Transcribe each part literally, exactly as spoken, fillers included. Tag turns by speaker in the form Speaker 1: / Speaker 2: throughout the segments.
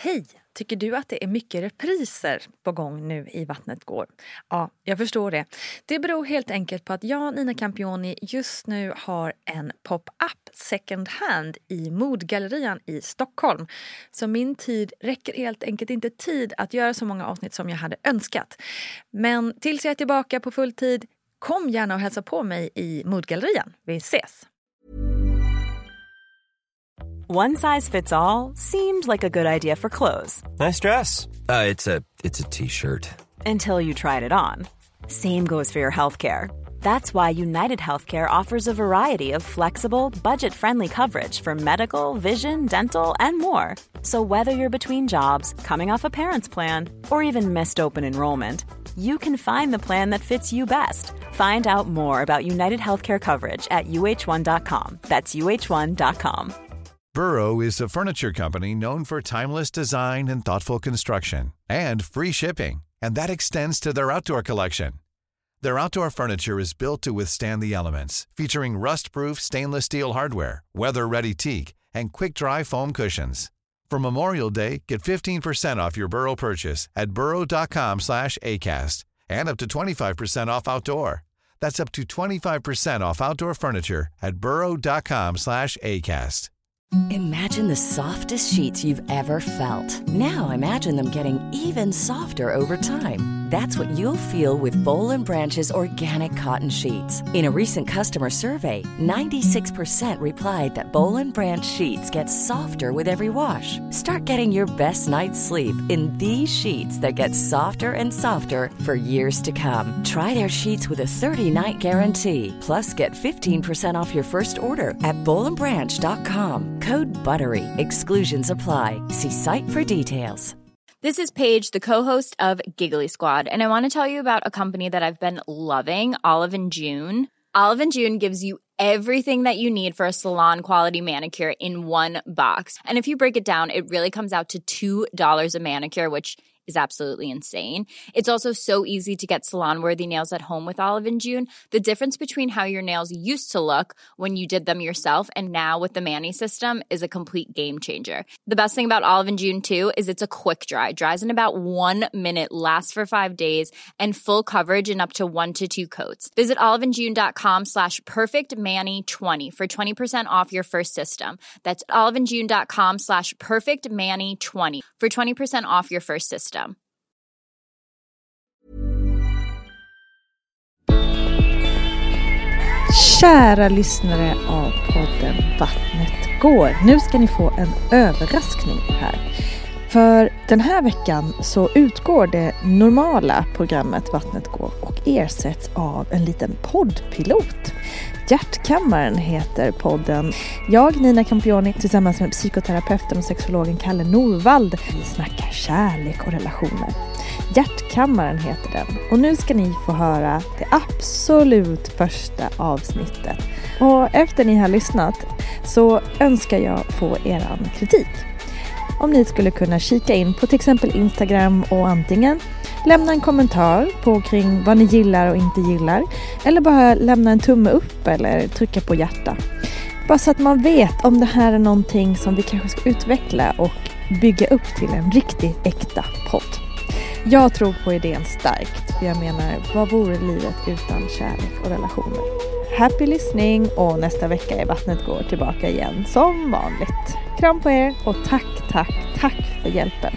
Speaker 1: Hej! Tycker du att det är mycket repriser på gång nu i Vattnet går? Ja, jag förstår det. Det beror helt enkelt på att jag, Nina Campioni, just nu har en pop-up second hand i Modgallerian i Stockholm. Så min tid räcker helt enkelt inte tid att göra så många avsnitt som jag hade önskat. Men tills jag är tillbaka på full tid, kom gärna och hälsa på mig i Modgallerian. Vi ses!
Speaker 2: One size fits all seemed like a good idea for clothes.
Speaker 3: Nice dress. Uh, it's a it's a t-shirt.
Speaker 2: Until you tried it on. Same goes for your healthcare. That's why United Healthcare offers a variety of flexible, budget-friendly coverage for medical, vision, dental, and more. So whether you're between jobs, coming off a parent's plan, or even missed open enrollment, you can find the plan that fits you best. Find out more about United Healthcare coverage at U H one dot com. That's U H one dot com.
Speaker 4: Burrow is a furniture company known for timeless design and thoughtful construction, and free shipping, and that extends to their outdoor collection. Their outdoor furniture is built to withstand the elements, featuring rust-proof stainless steel hardware, weather-ready teak, and quick-dry foam cushions. For Memorial Day, get fifteen percent off your Burrow purchase at burrow dot com slash acast, and up to twenty-five percent off outdoor. That's up to twenty-five percent off outdoor furniture at burrow dot com slash acast.
Speaker 5: Imagine the softest sheets you've ever felt. Now imagine them getting even softer over time. That's what you'll feel with Boll and Branch's organic cotton sheets. In a recent customer survey, ninety-six percent replied that Boll and Branch sheets get softer with every wash. Start getting your best night's sleep in these sheets that get softer and softer for years to come. Try their sheets with a thirty-night guarantee. Plus, get fifteen percent off your first order at boll and branch dot com. Code BUTTERY. Exclusions apply. See site for details.
Speaker 6: This is Paige, the co-host of Giggly Squad, and I want to tell you about a company that I've been loving, Olive and June. Olive and June gives you everything that you need for a salon-quality manicure in one box. And if you break it down, it really comes out to two dollars a manicure, which is absolutely insane. It's also so easy to get salon-worthy nails at home with Olive and June. The difference between how your nails used to look when you did them yourself and now with the Mani system is a complete game changer. The best thing about Olive and June, too, is it's a quick dry. Dries in about one minute, lasts for five days, and full coverage in up to one to two coats. Visit oliveandjune.com slash perfectmani20 for twenty percent off your first system. That's oliveandjune.com slash perfectmani20 for twenty percent off your first system.
Speaker 1: Kära lyssnare av podden Vattnet går. Nu ska ni få en överraskning här. För den här veckan så utgår det normala programmet Vattnet går och ersätts av en liten poddpilot. Hjärtkammaren heter podden. Jag, Nina Campioni, tillsammans med psykoterapeuten och sexologen Kalle Norvald, vi snackar kärlek och relationer. Hjärtkammaren heter den. Och nu ska ni få höra det absolut första avsnittet. Och efter ni har lyssnat så önskar jag få eran kritik. Om ni skulle kunna kika in på till exempel Instagram och antingen lämna en kommentar på kring vad ni gillar och inte gillar. Eller bara lämna en tumme upp eller trycka på hjärta. Bara så att man vet om det här är någonting som vi kanske ska utveckla och bygga upp till en riktigt äkta podd. Jag tror på idén starkt. För jag menar, vad vore livet utan kärlek och relationer? Happy listening, och nästa vecka är Vattnet går tillbaka igen som vanligt. Kram på er och tack, tack, tack för hjälpen.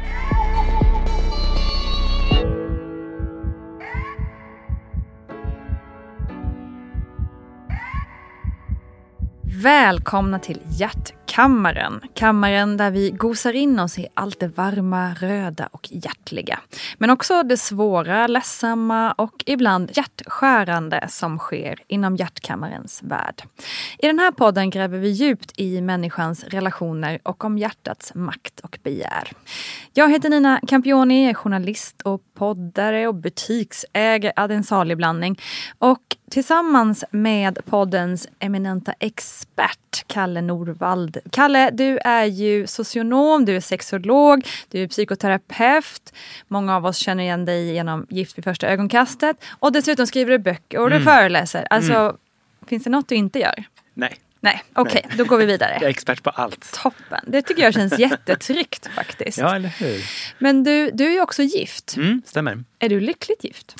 Speaker 1: Välkomna till Hjärtkammaren. Kammaren där vi gosar in oss i allt det varma, röda och hjärtliga. Men också det svåra, ledsamma och ibland hjärtskärande som sker inom hjärtkammarens värld. I den här podden gräver vi djupt i människans relationer och om hjärtats makt och begär. Jag heter Nina Campioni, är journalist och poddare och butiksägare, ja, det är en salig blandning. Och tillsammans med poddens eminenta expert Kalle Norvald. Kalle, du är ju socionom, du är sexolog, du är psykoterapeut. Många av oss känner igen dig genom Gift vid första ögonkastet. Och dessutom skriver du böcker och du mm. föreläser. Alltså, mm. finns det något du inte gör?
Speaker 3: Nej,
Speaker 1: Nej, okej, okay, då går vi vidare.
Speaker 7: Jag är expert på allt.
Speaker 1: Toppen. Det tycker jag känns jättetryggt faktiskt.
Speaker 7: Ja, eller hur?
Speaker 1: Men du, du är ju också gift.
Speaker 7: Mm, stämmer.
Speaker 1: Är du lyckligt gift?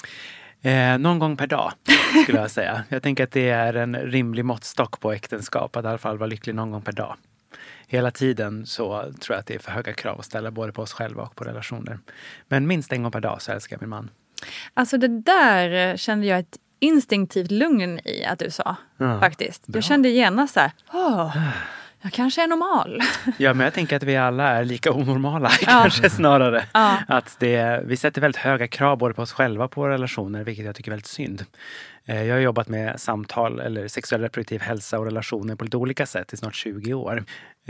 Speaker 7: Eh, någon gång per dag skulle jag säga. Jag tänker att det är en rimlig måttstock på äktenskap. Att i alla fall vara lycklig någon gång per dag. Hela tiden så tror jag att det är för höga krav att ställa både på oss själva och på relationer. Men minst en gång per dag så älskar jag min man.
Speaker 1: Alltså det där kände jag ett instinktivt lugn i att du sa. Ja, faktiskt. Bra. Jag kände genast så här, åh, jag kanske är normal.
Speaker 7: Ja, men jag tänker att vi alla är lika onormala, ja. kanske snarare. Ja. Att det, vi sätter väldigt höga krav både på oss själva och på relationer, vilket jag tycker är väldigt synd. Jag har jobbat med samtal eller sexuell reproduktiv hälsa och relationer på lite olika sätt i snart tjugo år.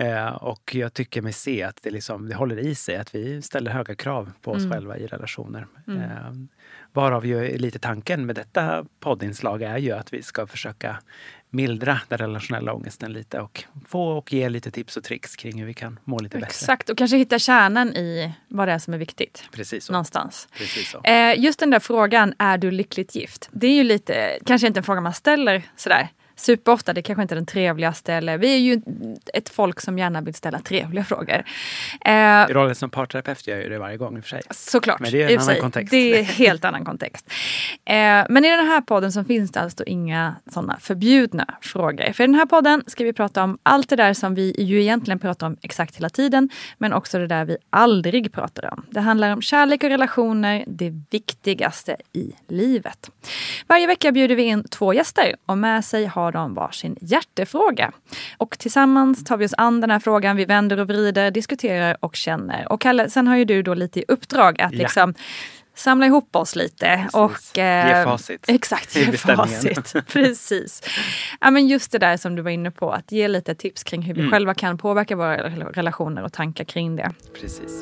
Speaker 7: Och jag tycker mig se att det, liksom, det håller i sig att vi ställer höga krav på oss mm. själva i relationer. Mm. Varav ju lite tanken med detta poddinslag är ju att vi ska försöka mildra den relationella ångesten lite och få och ge lite tips och tricks kring hur vi kan må lite bättre.
Speaker 1: Exakt, och kanske hitta kärnan i vad det är som är viktigt.
Speaker 7: Precis så.
Speaker 1: Någonstans.
Speaker 7: Precis så.
Speaker 1: Eh, just den där frågan, är du lyckligt gift? Det är ju lite, kanske inte en fråga man ställer sådär superofta, det kanske inte är den trevligaste, eller vi är ju ett folk som gärna vill ställa trevliga frågor.
Speaker 7: Eh, I rollen som parterapeut gör jag det varje gång i och för sig.
Speaker 1: Såklart.
Speaker 7: Men det är en annan kontext.
Speaker 1: Det är en helt annan kontext. Eh, men i den här podden så finns det alltså inga sådana förbjudna frågor. För i den här podden ska vi prata om allt det där som vi ju egentligen pratar om exakt hela tiden, men också det där vi aldrig pratar om. Det handlar om kärlek och relationer, det viktigaste i livet. Varje vecka bjuder vi in två gäster och med sig har de varsin hjärtefråga. Och tillsammans tar vi oss an den här frågan, vi vänder och vrider, diskuterar och känner. Och Kalle, sen har ju du då lite i uppdrag att ja. liksom samla ihop oss lite. Och,
Speaker 7: eh, ge facit.
Speaker 1: Exakt, ge facit. Precis. Ja, men just det där som du var inne på, att ge lite tips kring hur vi mm. själva kan påverka våra relationer och tankar kring det.
Speaker 7: Precis.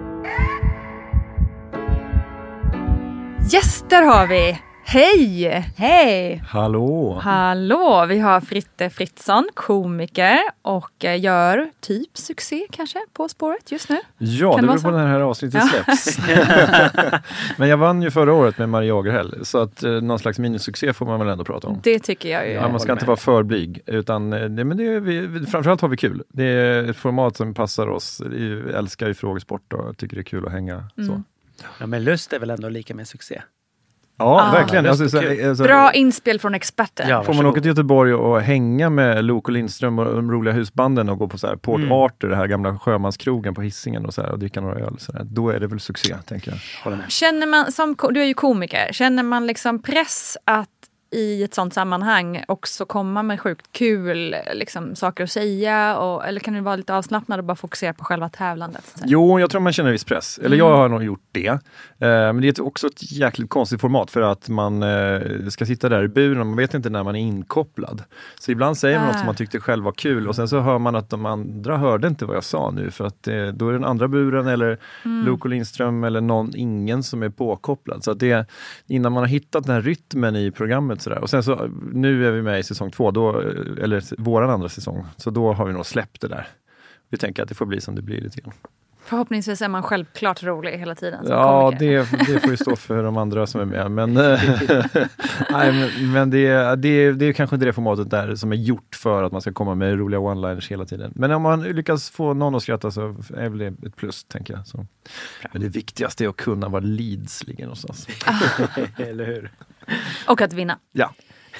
Speaker 1: Gäster har vi! Hej!
Speaker 8: Hej!
Speaker 9: Hallå!
Speaker 1: Hallå! Vi har Fritte Fritzson, komiker och gör typ succé kanske på spåret just nu.
Speaker 9: Ja, kan det beror på när det här avsnittet ja. släpps. Men jag vann ju förra året med Maria Jagerhäll, så att eh, någon slags minisuccé får man väl ändå prata om.
Speaker 1: Det tycker jag ju.
Speaker 9: Ja, man ska inte vara för blyg, utan det, men det, vi, framförallt har vi kul. Det är ett format som passar oss. Vi älskar ju frågesport och tycker det är kul att hänga. Mm. Så.
Speaker 7: Ja, men lust är väl ändå lika med succé?
Speaker 9: Ja, ah, verkligen. Alltså, så,
Speaker 1: alltså, bra inspel från experten.
Speaker 9: Ja, får man åka till Göteborg och hänga med Loco Lindström och de roliga husbanden och gå på så här Port mm. Arthur, det här gamla sjömanskrogen på Hisingen och så här, och dricka några öl så här, då är det väl succé, tänker jag. Håller med.
Speaker 1: Känner man, som, du är ju komiker, känner man liksom press att i ett sånt sammanhang också komma med sjukt kul liksom, saker att säga, och, eller kan det vara lite avslappnad och bara fokusera på själva tävlandet? Så?
Speaker 9: Jo, jag tror man känner viss press. Eller mm. jag har nog gjort det. Eh, men det är också ett jäkligt konstigt format för att man eh, ska sitta där i buren och man vet inte när man är inkopplad. Så ibland säger man äh. något som man tyckte själv var kul och sen så hör man att de andra hörde inte vad jag sa nu, för att eh, då är den andra buren eller mm. Loco Lindström eller någon, ingen som är påkopplad. Så att det, innan man har hittat den här rytmen i programmet sådär. Och sen så, nu är vi med i säsong två, då, eller våran andra säsong, så då har vi nog släppt det där. Vi tänker att det får bli som det blir lite grann.
Speaker 1: Förhoppningsvis är man självklart rolig hela tiden. Som
Speaker 9: ja, det, det får ju stå för de andra som är med. Men, nej, men, men det, det, det är kanske inte det formatet där som är gjort för att man ska komma med roliga one-liners hela tiden. Men om man lyckas få någon att skratta så är väl det ett plus, tänker jag. Så. Men det viktigaste är att kunna vara Leeds ligger någonstans.
Speaker 7: Eller hur?
Speaker 1: Och att vinna.
Speaker 9: Ja.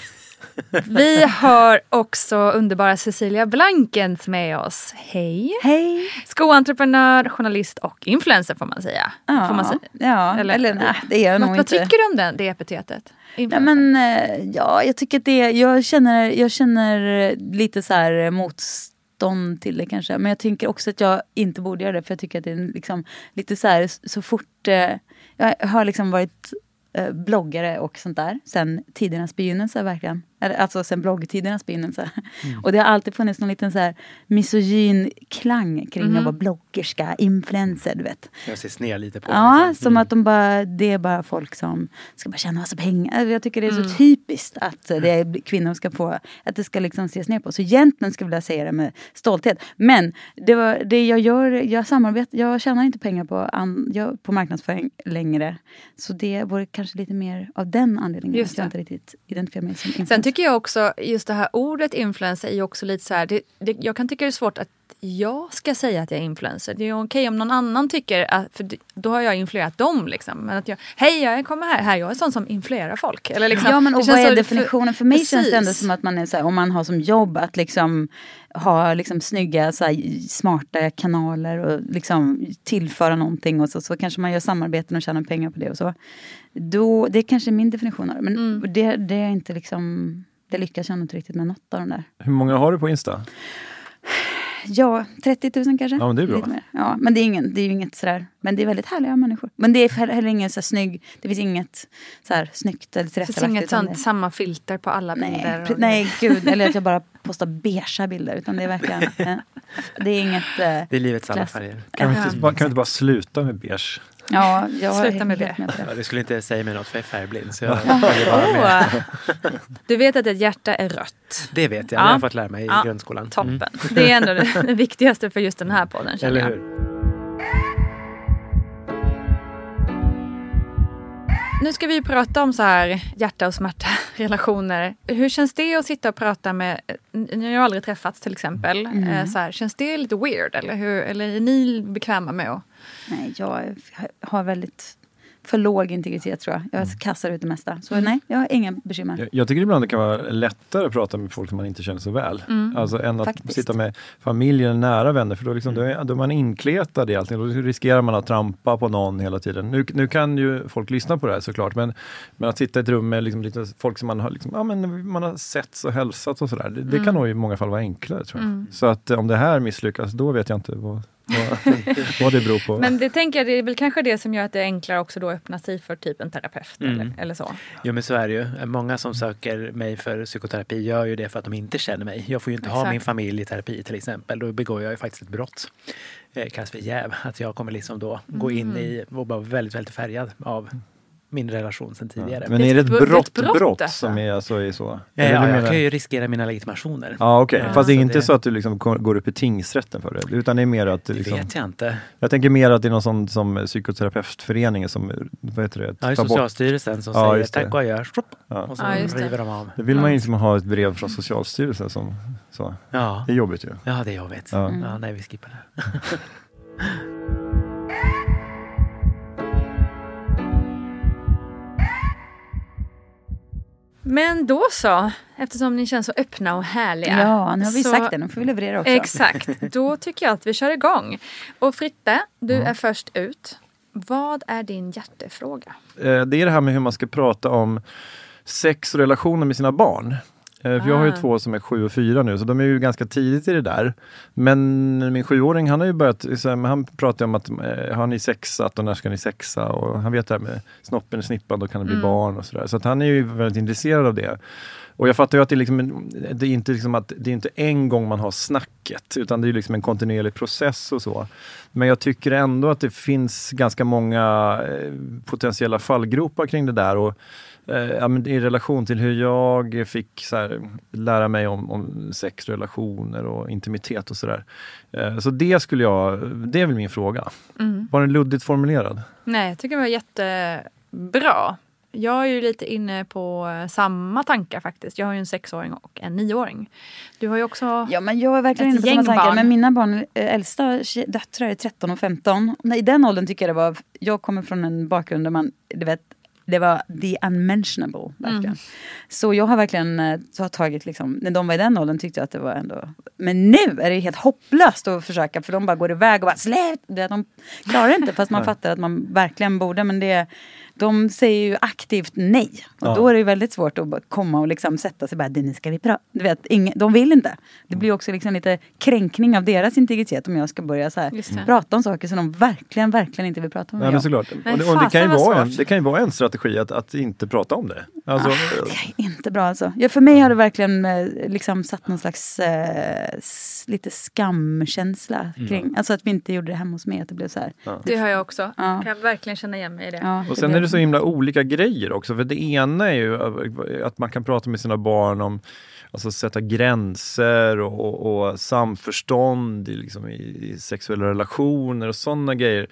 Speaker 1: Vi har också underbara Cecilia Blankens med oss. Hej!
Speaker 8: Hej!
Speaker 1: Skoentreprenör, journalist och influencer får man säga.
Speaker 8: Ja,
Speaker 1: får man säga.
Speaker 8: ja. Eller, eller nej, det är jag nog
Speaker 1: vad,
Speaker 8: inte.
Speaker 1: Vad tycker du om den, det epitetet?
Speaker 8: Ja, men, ja, jag tycker att det, jag känner, jag känner lite så här motstånd till det kanske. Men jag tycker också att jag inte borde göra det, för jag tycker att det är liksom lite så här, så fort, jag har liksom varit bloggare och sånt där sen tidernas begynnelse verkligen. Alltså sen bloggtidernas begynnelse. Mm. Och det har alltid funnits någon liten så här misogyn klang kring mm. att vara bloggerska, influencer, du vet.
Speaker 7: Jag ser sned lite på
Speaker 8: ja,
Speaker 7: det.
Speaker 8: som mm. att de bara, det är bara folk som ska bara tjäna massa pengar. Jag tycker det är så mm. typiskt att det är kvinnor ska få, att det ska liksom ses ner på. Så egentligen skulle jag vilja säga det med stolthet. Men det var det jag gör, jag samarbetar, jag tjänar inte pengar på, an, jag, på marknadsföring längre. Så det vore kanske lite mer av den anledningen.
Speaker 1: Just
Speaker 8: att jag inte riktigt identifierar mig som
Speaker 1: influencer. Sen
Speaker 10: tycker jag också, just det här ordet influencer är ju också lite så här, det, det, jag kan tycka det är svårt att jag ska säga att jag är influencer. Det är okej okay om någon annan tycker att, för då har jag influerat dem liksom. Men att jag, hej jag kommer här, här jag är sån som influerar folk. Eller liksom,
Speaker 8: ja men och vad är definitionen? För, för mig
Speaker 10: precis.
Speaker 8: Känns det ändå som att man är så här, om man har som jobb att liksom ha liksom snygga så här, smarta kanaler och liksom tillföra någonting och så, så kanske man gör samarbeten och tjänar pengar på det och så. Då, det är kanske min definition av det. Men mm. det, det är inte liksom, det lyckas jag inte riktigt med något av de där.
Speaker 9: Hur många har du på Insta?
Speaker 8: Ja, trettio tusen kanske.
Speaker 9: Ja, men det är bra.
Speaker 8: Ja, men det är, ingen, det är ju inget sådär. Men det är väldigt härliga människor. Men det är heller ingen så snygg. Det finns inget så här snyggt eller tillrättalagt.
Speaker 10: Det finns inget sånt, det... samma filter på alla
Speaker 8: nej,
Speaker 10: bilder. Och...
Speaker 8: Nej, gud. Eller att jag bara postar beigea bilder. Utan det är verkligen... eh, det är inget... Eh,
Speaker 7: det är livets alla färger.
Speaker 9: Kan vi inte, bara, kan vi inte bara sluta med beige?
Speaker 8: Ja, jag
Speaker 10: sluta med det.
Speaker 8: Med det.
Speaker 7: Ja, det skulle inte säga mig något för jag är färgblind. Så jag
Speaker 10: oh. Du vet att ett hjärta är rött.
Speaker 7: Det vet jag, det har jag fått lära mig i
Speaker 10: ja.
Speaker 7: grundskolan.
Speaker 10: Toppen.
Speaker 7: Mm.
Speaker 10: Det är ändå det, det viktigaste för just den här podden.
Speaker 7: Eller hur?
Speaker 10: Nu ska vi prata om så här hjärta och smärta relationer. Hur känns det att sitta och prata med, ni har ju aldrig träffats till exempel. Mm. Så här, känns det lite weird eller, hur, eller är ni bekväma med att...
Speaker 8: Nej, jag har väldigt för låg integritet tror jag. Jag kastar ut det mesta. Så nej, jag har inga bekymmer.
Speaker 9: Jag, jag tycker ibland det kan vara lättare att prata med folk som man inte känner så väl. Mm. Alltså än att Faktiskt. sitta med familjen, nära vänner. För då, liksom, då, är, då är man inkletad i allting. Då riskerar man att trampa på någon hela tiden. Nu, nu kan ju folk lyssna på det här såklart. Men, men att sitta i ett rum med liksom, lite folk som man har, liksom, ja, men man har sett och hälsat och sådär. Det, det mm. kan nog i många fall vara enklare tror jag. Mm. Så att om det här misslyckas, då vet jag inte vad... vad det beror på.
Speaker 10: Men det tänker jag, det är väl kanske det som gör att det är enklare också då att öppna sig för typ en terapeut mm. eller, eller så.
Speaker 7: Jo men så är det ju. Många som söker mig för psykoterapi gör ju det för att de inte känner mig. Jag får ju inte Exakt. ha min familj i terapi till exempel. Då begår jag ju faktiskt ett brott. Det kallas för jäv. Att jag kommer liksom då mm. gå in i och vara väldigt, väldigt färgad av min relation sedan tidigare.
Speaker 9: Ja. Men är det ett brott, ett brott, brott som är, alltså, är så?
Speaker 7: Ja, ja jag menar... kan ju riskera mina legitimationer.
Speaker 9: Ja, okej. Okay. Ja, Fast det är inte det... så att du liksom går upp i tingsrätten för det. Utan det är mer att...
Speaker 7: Det
Speaker 9: liksom...
Speaker 7: vet jag inte.
Speaker 9: Jag tänker mer att det är någon sån som psykoterapeutföreningen som... Vad heter det?
Speaker 7: Ja, det är Socialstyrelsen som ja, säger tack och adjö. Ja. Och så ja, river de av.
Speaker 9: Det vill man ju liksom ha ett brev från Socialstyrelsen som... Så.
Speaker 7: Ja.
Speaker 9: Det är jobbigt ju.
Speaker 7: Ja, det är jobbigt. Ja. Mm. Ja, nej, vi skippar det.
Speaker 10: Men då så, eftersom ni känns så öppna och härliga.
Speaker 8: Ja, nu har vi
Speaker 10: så,
Speaker 8: sagt det, nu får vi leverera också.
Speaker 10: Exakt, då tycker jag att vi kör igång. Och Fritte, du mm. är först ut. Vad är din hjärtefråga?
Speaker 9: Det är det här med hur man ska prata om sex och relationer med sina barn. För ah. jag har ju två som är sju och fyra nu, så de är ju ganska tidigt i det där. Men min sjuåring, han har ju börjat, han pratar om att har ni sexat och när ska ni sexa? Och han vet det här med snoppen är snippad, då kan det bli mm. barn och sådär. Så att han är ju väldigt intresserad av det. Och jag fattar ju att det är, liksom, det är inte liksom att det är inte en gång man har snacket, utan det är liksom en kontinuerlig process och så. Men jag tycker ändå att det finns ganska många potentiella fallgropar kring det där. Och ja, men i relation till hur jag fick så här, lära mig om, om sexrelationer och intimitet och sådär. Så det skulle jag, det är väl min fråga. Mm. Var den luddigt formulerad?
Speaker 10: Nej, jag tycker det var jättebra. Jag är ju lite inne på samma tankar faktiskt. Jag har ju en sexåring och en nioåring. Du har ju också
Speaker 8: ja, men jag är verkligen inte på samma tankar. Men mina barn, äldsta döttrar är tretton och femton. I den åldern tycker jag det var, jag kommer från en bakgrund där man, du vet, det var the unmentionable, verkligen. Mm. Så jag har verkligen har tagit, liksom, när de var i den åldern tyckte jag att det var ändå... Men nu är det helt hopplöst att försöka, för de bara går iväg och bara släpp. Det, de klarar inte, fast man fattar att man verkligen borde, men det... De säger ju aktivt nej. Och ja. då är det ju väldigt svårt att komma och liksom sätta sig bara, det ska vi prata. Du vet, ingen, de vill inte. Det blir också liksom lite kränkning av deras integritet om jag ska börja så här prata om saker som de verkligen, verkligen inte vill prata om.
Speaker 9: Ja, men såklart. Och det, och det, kan ju vara en, det kan ju vara en strategi att, att inte prata om det. Alltså,
Speaker 8: ah, det är inte bra alltså. Ja, för mig har det verkligen liksom satt någon slags eh, lite skamkänsla kring. Mm. Alltså att vi inte gjorde det hemma hos mig. Att det blev så här.
Speaker 10: Ja. Det har jag också. Ja. Kan jag verkligen känna igen mig i det.
Speaker 8: Ja,
Speaker 9: och sen är det så himla olika grejer också. För det ena är ju att man kan prata med sina barn om alltså sätta gränser och, och, och samförstånd i, liksom, i, i sexuella relationer och sådana grejer.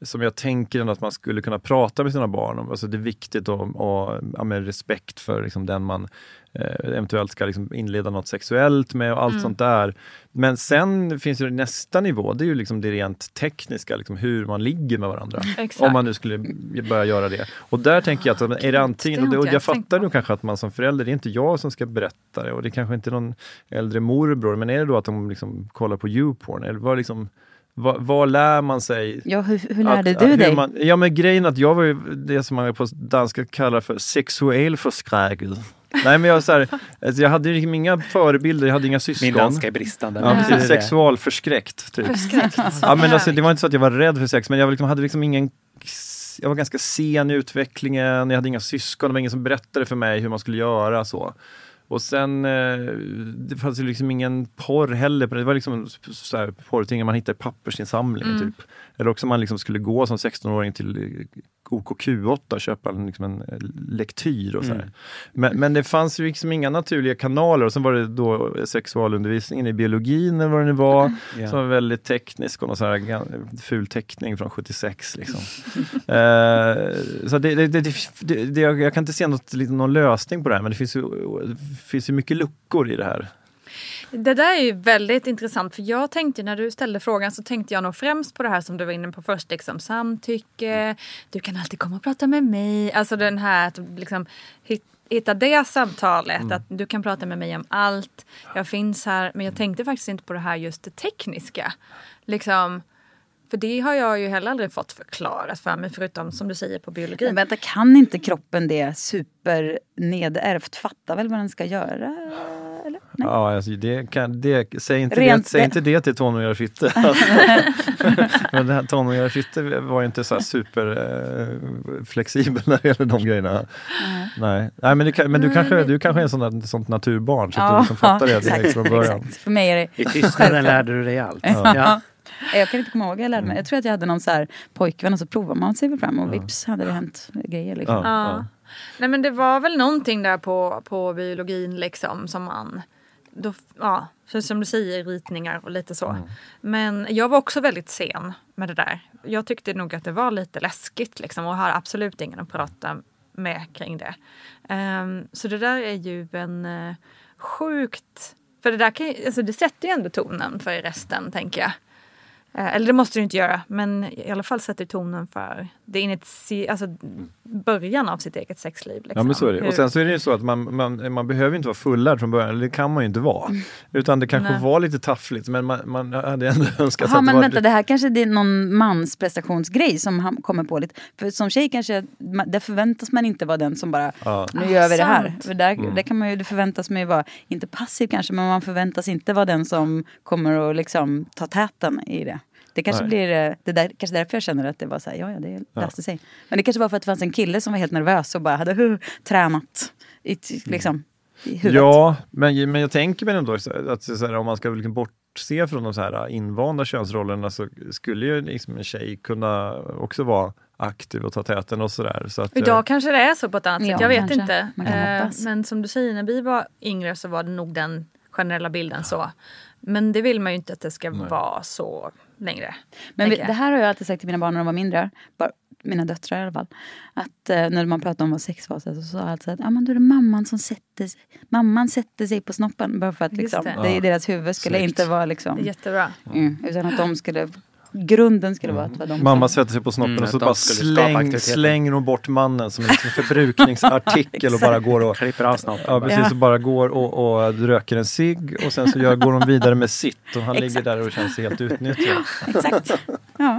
Speaker 9: som jag tänker ändå att man skulle kunna prata med sina barn om. Alltså det är viktigt att ha ja, med respekt för liksom, den man eh, eventuellt ska liksom, inleda något sexuellt med och allt mm. sånt där. Men sen finns det nästa nivå, det är ju liksom det rent tekniska, liksom, hur man ligger med varandra. Exakt. Om man nu skulle börja göra det. Och där tänker jag att är det antingen, och, det, och jag fattar nog kanske att man som förälder, det är inte jag som ska berätta det och det är kanske inte någon äldre morbror, men är det då att de liksom kollar på YouPorn eller vad liksom Vad, vad lär man sig?
Speaker 8: Ja, hur, hur lärde
Speaker 9: att,
Speaker 8: du
Speaker 9: hur
Speaker 8: dig?
Speaker 9: Man, ja, men grejen att jag var ju det som man på danska kallar för sexuell förskräckelse. Nej, men jag, så här, alltså jag hade ju liksom inga förebilder, jag hade inga syskon.
Speaker 7: Min danska är bristande.
Speaker 9: Ja, precis, sexualförskräckt. Typ.
Speaker 10: Förskräckt.
Speaker 9: Ja, men alltså, det var inte så att jag var rädd för sex, men jag liksom, hade liksom ingen... Jag var ganska sen i utvecklingen, jag hade inga syskon, det var ingen som berättade för mig hur man skulle göra så. Och sen, eh, det fanns ju liksom ingen porr heller. Det var liksom så här porrting man hittar i pappersinsamlingen mm. typ. Eller också man liksom skulle gå som sextonåring till O K Q åtta och köpa en, liksom en lektyr och så här. Mm. Men, men det fanns ju liksom inga naturliga kanaler. Och sen var det då sexualundervisningen i biologin eller vad det nu var. Mm. Yeah. Som var väldigt teknisk och någon så här ful teckning från sjuttiosex liksom. eh, så det, det, det, det, det, jag kan inte se något, liksom, någon lösning på det här. Men det finns ju, det finns ju mycket luckor i det här.
Speaker 10: Det där är ju väldigt intressant, för jag tänkte när du ställde frågan så tänkte jag nog främst på det här som du var inne på först, liksom samtycke, du kan alltid komma och prata med mig, alltså den här att liksom hitta det samtalet, mm. att du kan prata med mig om allt, jag finns här, men jag tänkte faktiskt inte på det här just det tekniska, liksom. För det har jag ju heller aldrig fått förklarat för mig, förutom som du säger på biologin.
Speaker 8: Men vänta, kan inte kroppen det super nedärvt? Fatta väl vad den ska göra? Eller? Nej.
Speaker 9: Ja, alltså det kan, det, säg, inte det, säg inte det till tonåriga fitte. Alltså. Men det här tonåriga fitte var ju inte så här super eh, flexibel när det gäller de grejerna. Mm. Nej. Nej, men, det, men du, kanske, du kanske är en sån, sånt naturbarn så att ja, du liksom fattar det direkt från början.
Speaker 8: Exakt. För mig är det
Speaker 7: i tystnaden lärde du dig allt. Ja. Ja.
Speaker 8: Jag kan inte komma ihåg, jag lärde mig. Jag tror att jag hade någon så här pojkvän och så provade man sig fram och vips hade det hänt grejer liksom.
Speaker 10: Ja. Ja. Nej, men det var väl någonting där på, på biologin liksom som man då, ja, som du säger, ritningar och lite så. Mm. Men jag var också väldigt sen med det där. Jag tyckte nog att det var lite läskigt liksom och har absolut ingen att prata med kring det. Um, så det där är ju en uh, sjukt, för det där kan, alltså det sätter ju ändå tonen för resten, tänker jag. Eller det måste du inte göra, men i alla fall sätter tonen för det initio- alltså början av sitt eget sexliv. Liksom.
Speaker 9: Ja, men så är det. Hur? Och sen så är det ju så att man, man, man behöver inte vara fullärd från början, eller det kan man ju inte vara. Mm. Utan det kanske Nej. var lite taffligt, men man, man hade ändå önskat
Speaker 8: Aha,
Speaker 9: att
Speaker 8: men
Speaker 9: det var...
Speaker 8: vänta, det här kanske det är någon mans prestationsgrej som han kommer på lite. För som tjej kanske, där förväntas man inte vara den som bara, ja. nu gör vi det här. För där, mm. där kan man ju, det förväntas man ju vara, inte passiv kanske, men man förväntas inte vara den som kommer att liksom ta täten i det. Det kanske Nej. blir det där, kanske därför jag känner att det var så här, ja, ja det löste ja. sig. Men det kanske var för att det fanns en kille som var helt nervös och bara hade uh, tränat i, liksom, i huvudet.
Speaker 9: Ja, men, men jag tänker mig ändå att så här, om man ska liksom bortse från de så här invanda könsrollerna så skulle ju liksom en tjej kunna också vara aktiv och ta täten och sådär. Så att,
Speaker 10: idag kanske det är så på ett annat
Speaker 8: ja,
Speaker 10: sätt, jag vet
Speaker 8: kanske.
Speaker 10: inte.
Speaker 8: Man kan
Speaker 10: eh,
Speaker 8: hoppas.
Speaker 10: Men som du säger, när vi var yngre så var det nog den generella bilden så. Men det vill man ju inte att det ska Nej. vara så längre.
Speaker 8: Men vi, det här har jag alltid sagt till mina barn när de var mindre. Bara, mina döttrar i alla fall. Att eh, när man pratar om vad sex var så sa jag alltid att ah, men då är det mamman som sätter sig. Mamman sätter sig på snoppen. Bara för att liksom, det. det i deras huvud skulle Snyggt. inte vara liksom.
Speaker 10: Jättebra.
Speaker 8: Mm, utan att de skulle... Grunden skulle vara att vad de...
Speaker 9: Mamma sätter sig på snoppen mm, och så bara släng, slänger hon bort mannen som en liksom förbrukningsartikel och bara går och...
Speaker 7: Klipper av snoppen.
Speaker 9: Ja, precis. Ja. Och bara går och, och röker en cigg och sen så gör, går hon vidare med sitt och han ligger där och känns helt utnyttjad.
Speaker 8: Exakt. Ja.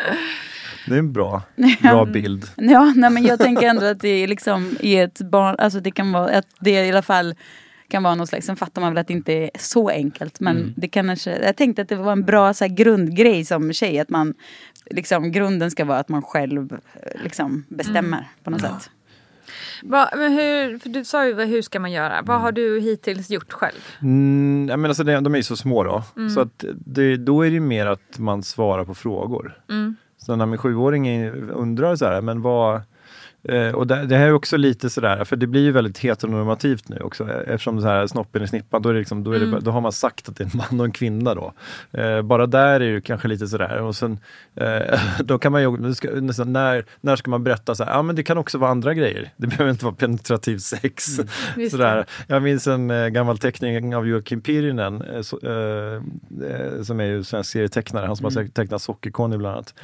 Speaker 9: Det är en bra, bra bild.
Speaker 8: Ja, nej, men jag tänker ändå att det är liksom i ett barn... Alltså det kan vara... Att det i alla fall... kan vara någon slags, sen fattar man väl att det inte är så enkelt, men mm. det kan kanske, jag tänkte att det var en bra så här, grundgrej som tjej, att man liksom, grunden ska vara att man själv liksom bestämmer mm. på något ja. sätt.
Speaker 10: Va, men hur, för du sa ju hur ska man göra, vad har du hittills gjort själv?
Speaker 9: Mm, jag menar, alltså, de är ju så små då, mm. så att det, då är det mer att man svarar på frågor. Mm. Så när min sjuåring undrar så här, men vad Eh, och det, det här är också lite sådär, för det blir ju väldigt heteronormativt nu också, eftersom så här snoppen i snippan, då, är det liksom, då, är det, mm. då har man sagt att det är en man och en kvinna då. Eh, bara där är det kanske lite sådär, och sen eh, då kan man ju, ska, nästan, när, när ska man berätta så här, ja men det kan också vara andra grejer, det behöver inte vara penetrativ sex. Mm. Sådär. Jag minns en eh, gammal teckning av Joakim Pirinen, eh, så, eh, som är ju svensk serietecknare, han som mm. har tecknat Sockerkonny bland annat.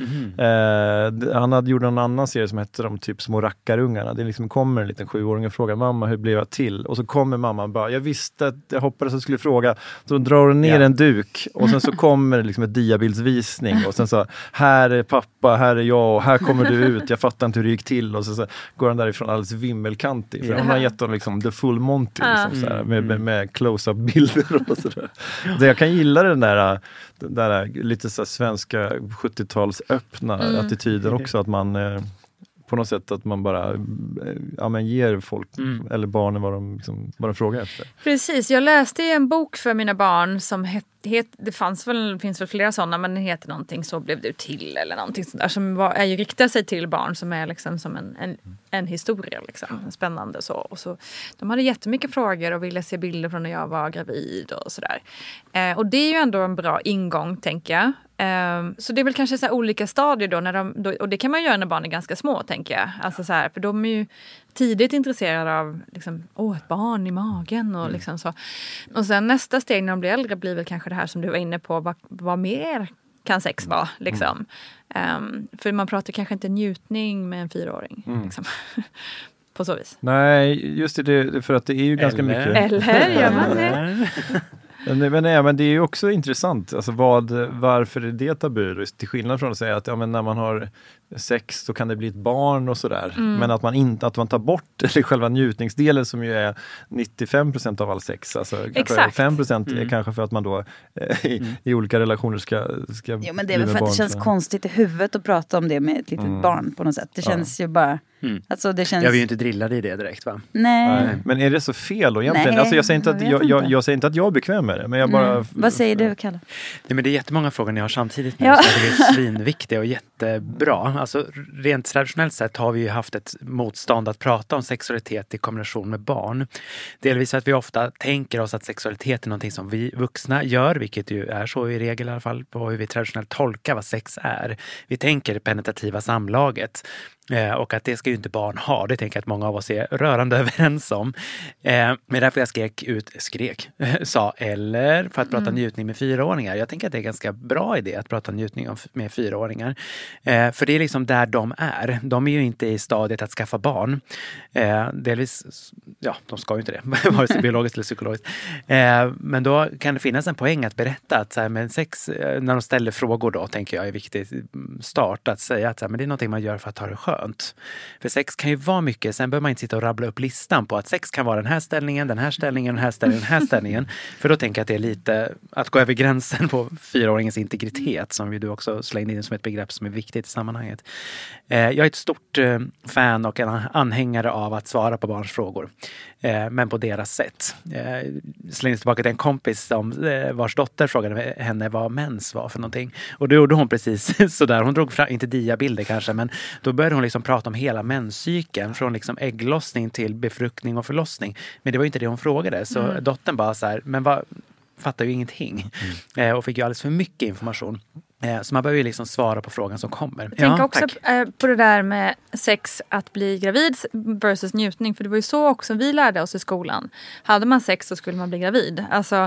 Speaker 9: Mm. Eh, han hade gjort en annan serie som hette de typ små rackarungarna. Det liksom kommer en liten sjuåring och frågar mamma, hur blev jag till? Och så kommer mamman bara, jag visste att jag hoppades att jag skulle fråga. Så drar hon ner ja. en duk och sen så kommer det liksom ett diabildsvisning och sen så, här är pappa, här är jag och här kommer du ut, jag fattar inte hur det gick till, och så, så går han därifrån alldeles vimmelkantig. För han har gett honom liksom the full Monty liksom, så här, med, med, med close-up bilder och sådär. Så jag kan gilla den där, den där lite så här svenska sjuttio-tals öppna mm. attityden också, att man eh, på något sätt att man bara ja, men ger folk mm. eller barnen vad de, liksom, vad de frågar efter.
Speaker 10: Precis, jag läste en bok för mina barn som hette, het, det fanns väl, finns väl flera sådana, men den heter någonting Så blev du till eller någonting sånt där, som var, är ju riktar sig till barn som är liksom som en, en, en historia liksom, spännande så. Och så. De hade jättemycket frågor och ville se bilder från när jag var gravid och sådär. Eh, och det är ju ändå en bra ingång, tänker jag. Um, så det är väl kanske så här olika stadier då, när de, då, och det kan man göra när barn är ganska små, tänker jag. Alltså så här, för de är ju tidigt intresserade av liksom, åh, ett barn i magen och mm. liksom så. Och sen nästa steg när de blir äldre blir väl kanske det här som du var inne på, vad, vad mer kan sex vara liksom. Mm. Um, för man pratar kanske inte njutning med en fyraåring mm. liksom. På så vis.
Speaker 9: Nej, just det, det för att det är ju ganska
Speaker 10: eller.
Speaker 9: mycket.
Speaker 10: Eller, gör man det?
Speaker 9: Men, men, nej, men det är ju också intressant, alltså vad, varför är det tabu, till skillnad från att säga att ja, men när man har sex så kan det bli ett barn och sådär, mm. men att man inte att man tar bort eller själva njutningsdelen som ju är nittiofem procent av all sex, alltså kanske fem procent mm. är kanske för att man då eh, i, mm. i olika relationer ska, ska
Speaker 8: jo, men det är väl för att det känns så. Konstigt i huvudet att prata om det med ett litet mm. barn på något sätt, det känns ja. ju bara
Speaker 7: Mm.
Speaker 8: Alltså det känns...
Speaker 7: Jag vill ju inte drilla i det direkt, va?
Speaker 8: Nej.
Speaker 9: Nej. Men är det så fel då egentligen? Nej, alltså jag, säger inte att, jag, jag, jag, jag säger inte att jag är bekväm med det, men jag bara...
Speaker 8: Nej. Vad säger du, Kalle?
Speaker 7: Nej, men det är jättemånga frågor ni har samtidigt nu,
Speaker 8: ja.
Speaker 7: så det är svinviktiga och jättebra. Alltså rent traditionellt sett har vi ju haft ett motstånd att prata om sexualitet i kombination med barn. Delvis för att vi ofta tänker oss att sexualitet är någonting som vi vuxna gör, vilket ju är så i regel i alla fall, på hur vi traditionellt tolkar vad sex är. Vi tänker penetrativa samlaget. Eh, och att det ska ju inte barn ha. Det tänker jag att många av oss är rörande överens om. Eh, men därför jag skrek ut, skrek, sa eller för att prata mm. njutning med fyraåringar. Jag tänker att det är en ganska bra idé att prata njutning med fyraåringar. Eh, för det är liksom där de är. De är ju inte i stadiet att skaffa barn. Eh, delvis, ja, de ska ju inte det. Vare sig biologiskt eller psykologiskt. Eh, men då kan det finnas en poäng att berätta att så här, med sex, när de ställer frågor då, tänker jag är viktigt start att säga att så här, men det är någonting man gör för att ta det skönt. För sex kan ju vara mycket, sen behöver man inte sitta och rabbla upp listan på att sex kan vara den här ställningen, den här ställningen, den här ställningen, den här ställningen. För då tänker jag att det är lite att gå över gränsen på fyraåringens integritet, som vi du också slängde in som ett begrepp som är viktigt i sammanhanget. Eh, jag är ett stort eh, fan och en anhängare av att svara på barns frågor. Eh, men på deras sätt. Eh, slängdes tillbaka till en kompis som, eh, vars dotter frågade henne vad mens var för någonting. Och då gjorde hon precis sådär. Hon drog fram, inte diabilder kanske, men då började hon liksom prata om hela menscykeln. Från liksom ägglossning till befruktning och förlossning. Men det var ju inte det hon frågade. Så mm. dottern bara så här, men vad, fattar ju ingenting. Mm. Eh, och fick ju alldeles för mycket information. Så man behöver ju liksom svara på frågan som kommer.
Speaker 10: Jag tänker ja, också tack. på det där med sex att bli gravid versus njutning. För det var ju så också vi lärde oss i skolan. Hade man sex så skulle man bli gravid. Alltså,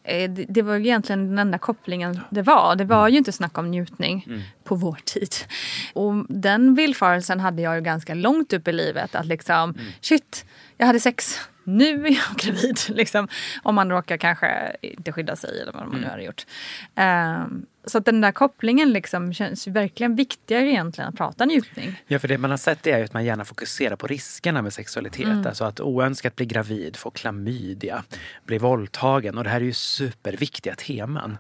Speaker 10: det var ju egentligen den enda kopplingen det var. Det var ju inte snack om njutning mm. på vår tid. Och den villfarelsen hade jag ju ganska långt upp i livet. Att liksom, mm. shit, jag hade sex. Nu är jag gravid. Liksom, om man råkar kanske inte skydda sig eller vad man mm. nu har gjort. Um, Så att den där kopplingen liksom känns verkligen viktigare egentligen att prata njutning.
Speaker 7: Ja, för det man har sett är ju att man gärna fokuserar på riskerna med sexualitet. Mm. Alltså att oönskat bli gravid, få klamydia, bli våldtagen. Och det här är ju superviktiga teman.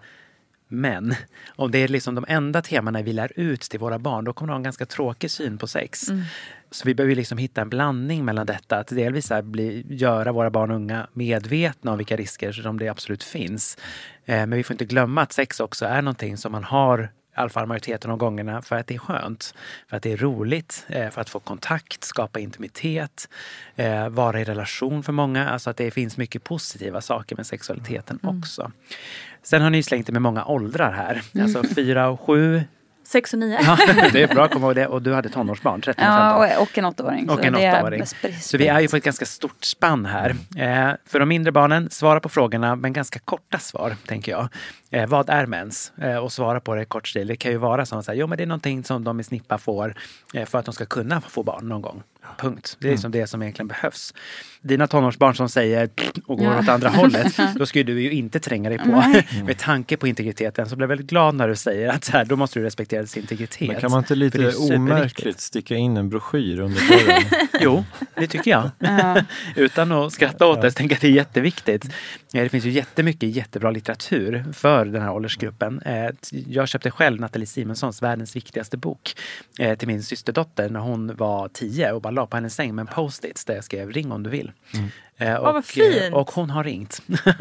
Speaker 7: Men om det är liksom de enda temana vi lär ut till våra barn, då kommer de ha en ganska tråkig syn på sex. Mm. Så vi behöver liksom hitta en blandning mellan detta. Att delvis här bli, göra våra barn och unga medvetna om vilka risker som det absolut finns. Eh, men vi får inte glömma att sex också är någonting som man har alla fall majoriteten av gångerna för att det är skönt. För att det är roligt, eh, för att få kontakt, skapa intimitet, eh, vara i relation för många. Alltså att det finns mycket positiva saker med sexualiteten mm. också. Sen har ni slängt med många åldrar här. Alltså fyra och sju.
Speaker 10: Sex och nio.
Speaker 7: Ja, det är bra att komma ihåg det. Och du hade tonårsbarn, tretton och femton.
Speaker 8: Ja, och en åttaåring.
Speaker 7: Och en åttaåring. Så vi är ju på ett ganska stort spann här. Eh, för de mindre barnen, svara på frågorna, men ganska korta svar, tänker jag. Eh, vad är mens? Eh, och svara på det kort stil. Det kan ju vara som så här, jo men det är någonting som de i snippa får eh, för att de ska kunna få barn någon gång. Punkt. Det är liksom mm. det som egentligen behövs. Dina tonårsbarn som säger och går ja. åt andra hållet, då ska du ju inte tränga dig på. Mm. Med tanke på integriteten så blir jag väldigt glad när du säger att så här, då måste du respektera sin integritet.
Speaker 9: Men kan man inte lite omärkligt sticka in en broschyr under dörren?
Speaker 7: Jo, det tycker jag. Ja. Utan att skratta åt det, så tänker jag att det är jätteviktigt. Det finns ju jättemycket jättebra litteratur för den här åldersgruppen. Jag köpte själv Nathalie Simonsons Världens viktigaste bok till min systerdotter när hon var tio och bara la på hennes säng med en post-its där jag skrev ring om du vill. Mm. Eh, och,
Speaker 10: oh, vad fint.
Speaker 7: och hon har ringt.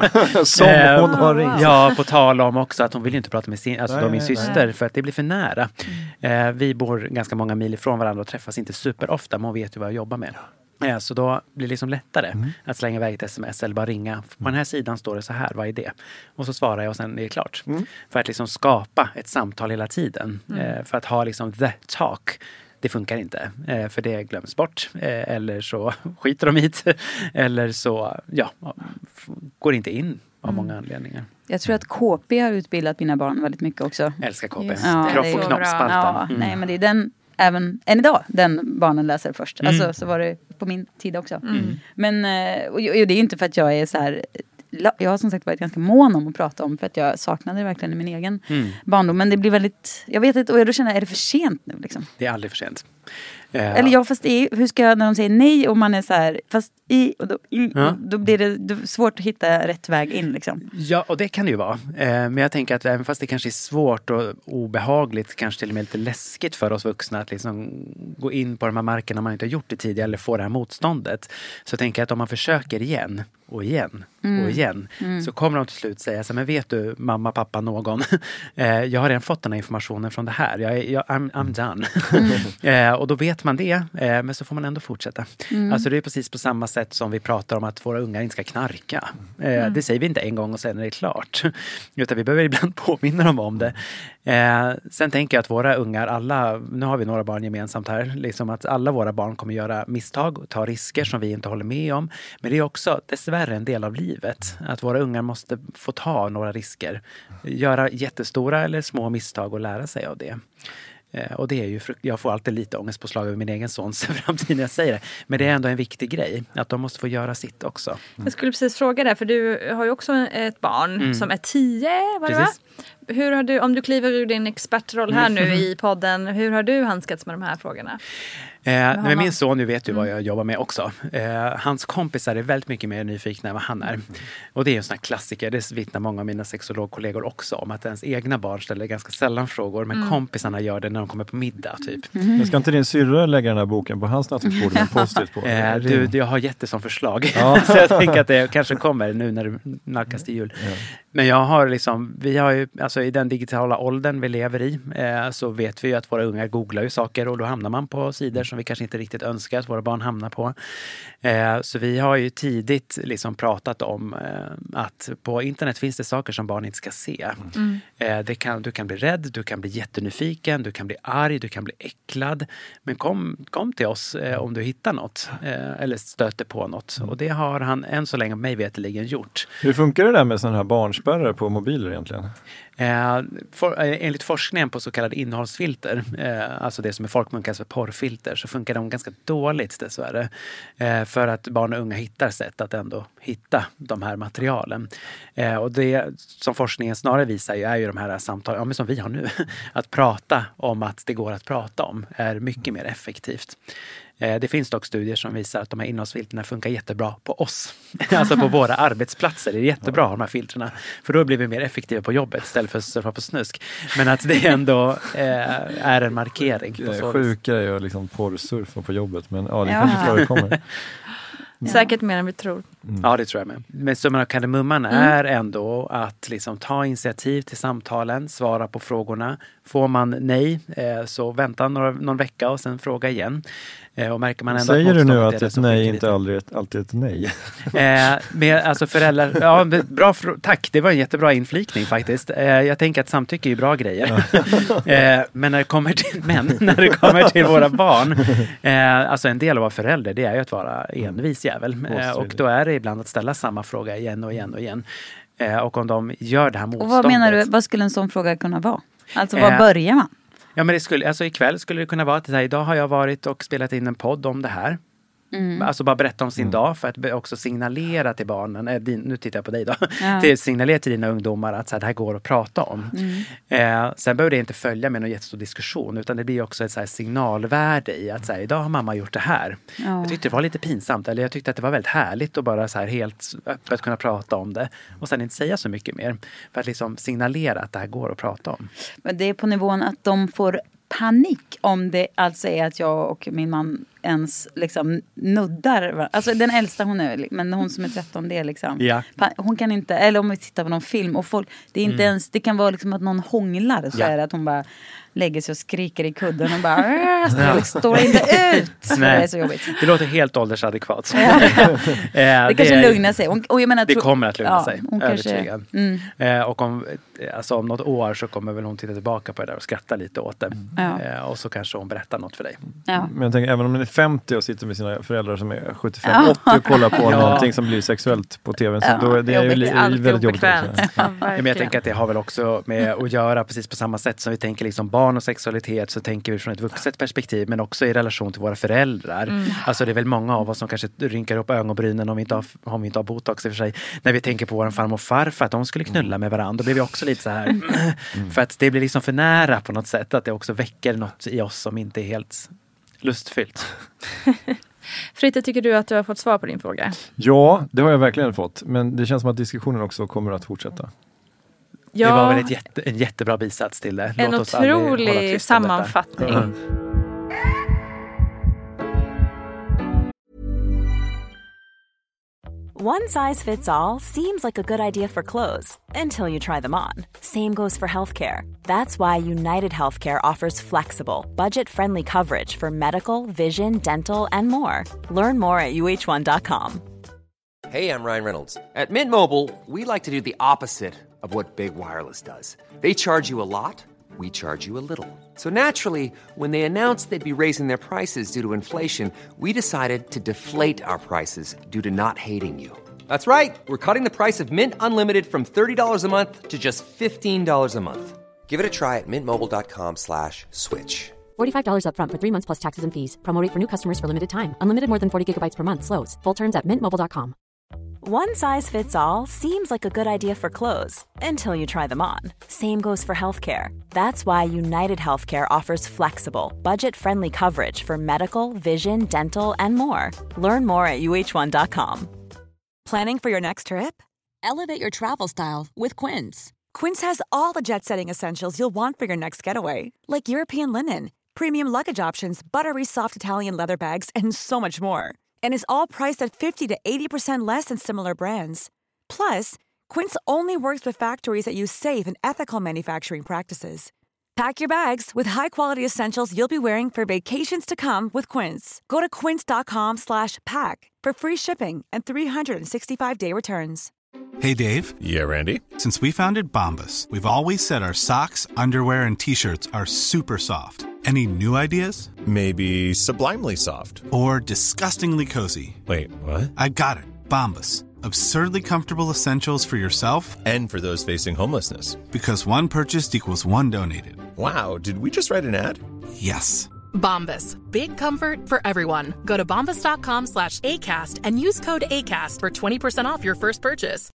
Speaker 9: Som hon har ringt.
Speaker 7: Ja, på tal om också att hon vill inte prata med sin, alltså nej, då min syster nej. för att det blir för nära. Mm. Eh, vi bor ganska många mil ifrån varandra och träffas inte superofta, men hon vet ju vad jag jobbar med. Eh, så då blir det liksom lättare mm. att slänga iväg ett sms eller bara ringa. På den här sidan står det så här, vad är det? Och så svarar jag och sen är det klart. Mm. För att liksom skapa ett samtal hela tiden. Mm. Eh, för att ha liksom the talk. Det funkar inte, eh, för det glöms bort. Eh, eller så skiter de hit. Eller så ja, går inte in av många mm. anledningar.
Speaker 8: Jag tror att K P har utbildat mina barn väldigt mycket också.
Speaker 7: Älskar K P. Ja, kropp- och knoppspalten.
Speaker 8: Ja, mm. Nej, men det är den, även än idag, den barnen läser först. Mm. Alltså så var det på min tid också. Mm. Men och, och det är inte för att jag är så här... Jag har som sagt varit ganska mån om att prata om för att jag saknade det verkligen i min egen mm. barndom. Men det blir väldigt, jag vet inte, och jag då känner, är det för sent nu liksom?
Speaker 7: Det är aldrig för sent.
Speaker 8: Eller ja, fast i, hur ska jag, när de säger nej och man är så här, fast i, och då, i, ja. och då blir det då svårt att hitta rätt väg in liksom.
Speaker 7: Ja, och det kan det ju vara. Eh, men jag tänker att även fast det kanske är svårt och obehagligt, kanske till och med lite läskigt för oss vuxna att liksom gå in på de här markerna man inte har gjort det tidigare eller få det här motståndet. Så jag tänker att om man försöker igen och igen mm. och igen mm. så kommer de till slut säga så här, men vet du, mamma, pappa, någon eh, jag har redan fått den här informationen från det här. Jag, jag, I'm, I'm done. Mm. eh, och då vet man det, eh, men så får man ändå fortsätta. Mm. Alltså det är precis på samma sätt som vi pratar om att våra ungar inte ska knarka. Eh, mm. Det säger vi inte en gång och sen är det klart. Utan vi behöver ibland påminna dem om det. Eh, sen tänker jag att våra ungar, alla, nu har vi några barn gemensamt här, liksom att alla våra barn kommer göra misstag och ta risker som vi inte håller med om. Men det är också dessvärre en del av livet. Att våra ungar måste få ta några risker. Göra jättestora eller små misstag och lära sig av det. Eh, och det är ju, jag får alltid lite ångestpåslag över min egen sons framtid när jag säger det. Men det är ändå en viktig grej. Att de måste få göra sitt också. Mm.
Speaker 10: Jag skulle precis fråga det, för du har ju också ett barn mm. som är tio, var det va? Hur har du, om du kliver ur din expertroll här nu i podden, hur har du handskats med de här frågorna?
Speaker 7: Eh, nej, min son, nu vet ju vad jag jobbar med också. Eh, hans kompisar är väldigt mycket mer nyfikna än vad han är. Och det är en sån här klassiker, det vittnar många av mina sexologkollegor också om, att ens egna barn ställer ganska sällan frågor, men mm. kompisarna gör det när de kommer på middag typ.
Speaker 9: Mm. Men ska inte din syrra lägga den här boken på hans nattduksbord med post-it på?
Speaker 7: Eh, du, jag har jätte som förslag. Ja. Så jag tänker att det kanske kommer nu när det nalkas till jul. Ja. Men jag har liksom, vi har ju, alltså i den digitala åldern vi lever i, eh, så vet vi ju att våra ungar googlar ju saker och då hamnar man på sidor som vi kanske inte riktigt önskar att våra barn hamnar på. Eh, så vi har ju tidigt liksom pratat om eh, att på internet finns det saker som barn inte ska se. Mm. Eh, det kan, du kan bli rädd, du kan bli jättenyfiken, du kan bli arg, du kan bli äcklad. Men kom, kom till oss eh, om du hittar något eh, eller stöter på något. Mm. Och det har han än så länge mig veteligen gjort.
Speaker 9: Hur funkar det där med sådana här barnspärrar på mobiler egentligen?
Speaker 7: Eh, for, eh, enligt forskningen på så kallade innehållsfilter, eh, alltså det som är folkmun kallas för porrfilter, så funkar de ganska dåligt dessvärre. Eh, för att barn och unga hittar sätt att ändå hitta de här materialen. Eh, och det som forskningen snarare visar är ju de här samtalen, ja, men som vi har nu, att prata om att det går att prata om är mycket mer effektivt. Det finns dock studier som visar att de här innehållsfilterna funkar jättebra på oss. Alltså på våra arbetsplatser. Det är jättebra att ha de här filterna. För då blir vi mer effektiva på jobbet istället för att surfa på snusk. Men att det ändå eh, är en markering.
Speaker 9: Det är sjukare att liksom porrsurfa på jobbet. Men ja, det kanske förekommer.
Speaker 10: Ja. Säkert mer än vi tror.
Speaker 7: Mm. Ja, det tror jag med. Men summan av kardemumman mm. är ändå att liksom ta initiativ till samtalen, svara på frågorna. Får man nej eh, så vänta några, någon vecka och sen fråga igen. Eh, och märker man ändå
Speaker 9: Säger du nu att ett nej inte aldrig ett, alltid ett nej?
Speaker 7: eh, med, alltså föräldrar, ja, bra, tack, det var en jättebra inflikning faktiskt. Eh, jag tänker att samtycke är ju bra grejer. eh, men när det kommer till, men, när det kommer till våra barn, eh, alltså en del av vara förälder, det är ju att vara envis jävel. Eh, och då är det ibland att ställa samma fråga igen och igen och igen. Eh, och om de gör det här motståndet.
Speaker 8: Och vad menar du, vad skulle en sån fråga kunna vara? Alltså, var eh, börjar man?
Speaker 7: Ja, men det skulle, alltså ikväll skulle det kunna vara att det här, idag har jag varit och spelat in en podd om det här. Mm. Alltså bara berätta om sin mm. dag för att också signalera till barnen, äh, din, nu tittar jag på dig då, ja. till, signalera till dina ungdomar att så här, det här går att prata om. Mm. Eh, sen behöver det inte följa med någon jättestor diskussion utan det blir också ett så här, signalvärde i att så här, idag har mamma gjort det här. Ja. Jag tyckte det var lite pinsamt, eller jag tyckte att det var väldigt härligt att bara så här, helt öppet kunna prata om det och sen inte säga så mycket mer för att liksom signalera att det här går att prata om.
Speaker 8: Men det är på nivån att de får panik om det alltså är att jag och min man ens liksom nuddar. Alltså den äldsta hon är, men hon som är tretton, det är liksom
Speaker 7: ja.
Speaker 8: hon kan inte, eller om vi tittar på någon film och folk, det är inte mm. ens, det kan vara liksom att någon hånglar så ja. är det att hon bara lägger sig och skriker i kudden och bara ja. står inte ut. Det är så jobbigt.
Speaker 7: Det låter helt åldersadekvat.
Speaker 8: Ja. det kanske
Speaker 7: det,
Speaker 8: lugnar sig. Och, och jag menar,
Speaker 7: det kommer att lugna
Speaker 8: ja,
Speaker 7: sig.
Speaker 8: Kanske, mm.
Speaker 7: eh, och om, alltså om något år så kommer väl hon titta tillbaka på det där och skratta lite åt det.
Speaker 8: Ja.
Speaker 7: Eh, och så kanske hon berättar något för dig.
Speaker 8: Ja.
Speaker 9: Men jag tänker, även om man är femtio och sitter med sina föräldrar som är sjuttiofem åttio och kollar på ja. någonting som blir sexuellt på tv, så
Speaker 8: ja.
Speaker 9: då är det ju
Speaker 10: det
Speaker 9: väldigt jobbigt. jobbigt
Speaker 10: ja,
Speaker 7: ja, men jag tänker att det har väl också med att göra precis på samma sätt som vi tänker liksom barn och sexualitet, så tänker vi från ett vuxet perspektiv men också i relation till våra föräldrar. Mm. Alltså det är väl många av oss som kanske rynkar upp ögonbrynen om vi inte har, om vi inte har botox i och för sig, när vi tänker på vår farmor och farfar att de skulle knulla med varandra. Då blir vi också lite så här mm. för att det blir liksom för nära på något sätt, att det också väcker något i oss som inte är helt lustfyllt.
Speaker 10: Fritte, tycker du att du har fått svar på din fråga?
Speaker 9: Ja, det har jag verkligen fått. Men det känns som att diskussionen också kommer att fortsätta.
Speaker 7: Ja. Det var väl ett jätte, en jättebra bisats till det.
Speaker 10: En Låt otrolig sammanfattning. Mm.
Speaker 2: One size fits all seems like a good idea for clothes until you try them on. Same goes for healthcare. That's why United Healthcare offers flexible, budget-friendly coverage for medical, vision, dental, and more. Learn more at U H one dot com.
Speaker 11: Hey, I'm Ryan Reynolds. At Mint Mobile, we like to do the opposite of what Big Wireless does. They charge you a lot, we charge you a little. So naturally, when they announced they'd be raising their prices due to inflation, we decided to deflate our prices due to not hating you. That's right. We're cutting the price of Mint Unlimited from thirty dollars a month to just fifteen dollars a month. Give it a try at mintmobile.com slash switch.
Speaker 12: forty-five dollars up front for three months plus taxes and fees. Promo rate for new customers for limited time. Unlimited more than forty gigabytes per month. Slows full terms at mint mobile dot com.
Speaker 2: One size fits all seems like a good idea for clothes until you try them on. Same goes for healthcare. That's why United Healthcare offers flexible, budget-friendly coverage for medical, vision, dental, and more. Learn more at U H one dot com.
Speaker 13: Planning for your next trip? Elevate your travel style with Quince. Quince has all the jet-setting essentials you'll want for your next getaway, like European linen, premium luggage options, buttery soft Italian leather bags, and so much more. And is all priced at fifty to eighty percent less than similar brands. Plus, Quince only works with factories that use safe and ethical manufacturing practices. Pack your bags with high-quality essentials you'll be wearing for vacations to come with Quince. Go to quince.com slash pack for free shipping and three sixty-five day returns.
Speaker 14: Hey, Dave.
Speaker 15: Yeah, Randy.
Speaker 14: Since we founded Bombas, we've always said our socks, underwear, and T-shirts are super soft. Any new ideas?
Speaker 15: Maybe sublimely soft.
Speaker 14: Or disgustingly cozy.
Speaker 15: Wait, what?
Speaker 14: I got it. Bombas. Absurdly comfortable essentials for yourself.
Speaker 15: And for those facing homelessness.
Speaker 14: Because one purchased equals one donated.
Speaker 15: Wow, did we just write an ad?
Speaker 14: Yes.
Speaker 16: Bombas. Big comfort for everyone. Go to bombas.com slash ACAST and use code ACAST for twenty percent off your first purchase.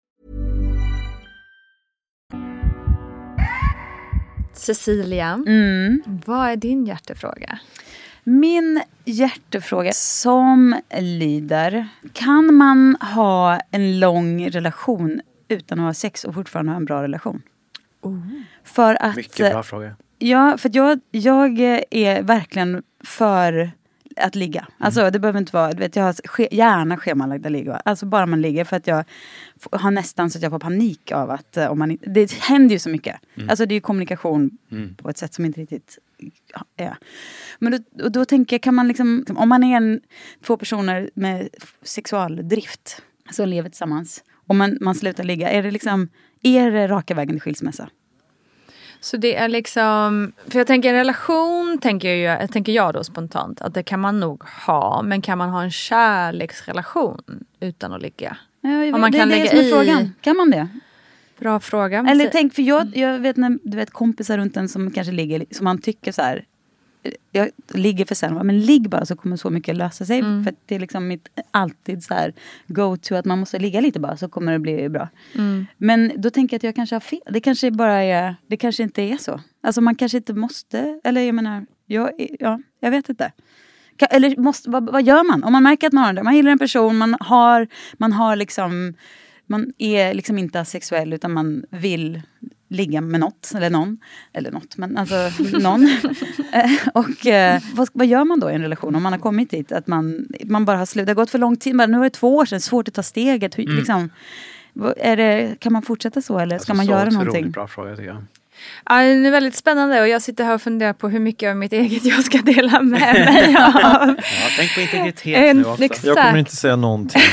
Speaker 10: Cecilia,
Speaker 8: mm.
Speaker 10: vad är din hjärtefråga?
Speaker 8: Min hjärtefråga som lyder: kan man ha en lång relation utan att ha sex och fortfarande ha en bra relation?
Speaker 10: Oh.
Speaker 8: För att,
Speaker 7: mycket bra fråga.
Speaker 8: Ja, för att jag, jag är verkligen för att ligga. Alltså det behöver inte vara, du vet, jag har ske, gärna schemalagda ligga. Alltså bara man ligger, för att jag f- har nästan så att jag får panik av att om man inte, det händer ju så mycket. Mm. Alltså det är ju kommunikation mm. på ett sätt som inte riktigt är. Men då, och då tänker jag, kan man liksom, om man är en, två personer med sexualdrift som lever tillsammans och man, man slutar ligga, är det liksom, är det raka vägen till skilsmässa?
Speaker 10: Så det är liksom, för jag tänker en relation, tänker jag, tänker jag då spontant, att det kan man nog ha, men kan man ha en kärleksrelation utan att ligga?
Speaker 8: Ja, vet,
Speaker 10: om man
Speaker 8: det,
Speaker 10: kan
Speaker 8: det
Speaker 10: lägga
Speaker 8: är som är
Speaker 10: i...
Speaker 8: frågan. Kan man det?
Speaker 10: Bra fråga.
Speaker 8: Eller tänk, för jag, jag vet när du vet kompisar runt en som kanske ligger, som man tycker så här, jag ligger för sen, men ligg bara så kommer så mycket lösa sig. Mm. För det är liksom mitt alltid så här go to att man måste ligga lite bara så kommer det bli bra. Mm. Men då tänker jag att jag kanske har fel. Det kanske bara är, det kanske inte är så. Alltså man kanske inte måste, eller jag menar, jag, ja, jag vet inte. Eller måste, vad, vad gör man? Om man märker att man har det, man gillar en person, man har, man har liksom, man är liksom inte asexuell utan man vill ligga med något, eller någon. Eller något, men alltså någon. Och eh, vad, vad gör man då i en relation om man har kommit dit? Att man, man bara har slutat, det har gått för lång tid. Men nu är det två år sedan, svårt att ta steget. Hur, mm. liksom, är det, kan man fortsätta så eller ska alltså, man göra någonting? Det är en
Speaker 7: bra fråga tycker jag.
Speaker 10: Ja, det är väldigt spännande och jag sitter här och funderar på hur mycket av mitt eget jag ska dela med mig av.
Speaker 7: Ja, tänk på integritet nu också.
Speaker 9: Exakt. Jag kommer inte säga någonting.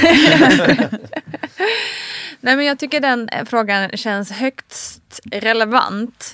Speaker 10: Nej, men jag tycker den frågan känns högst relevant.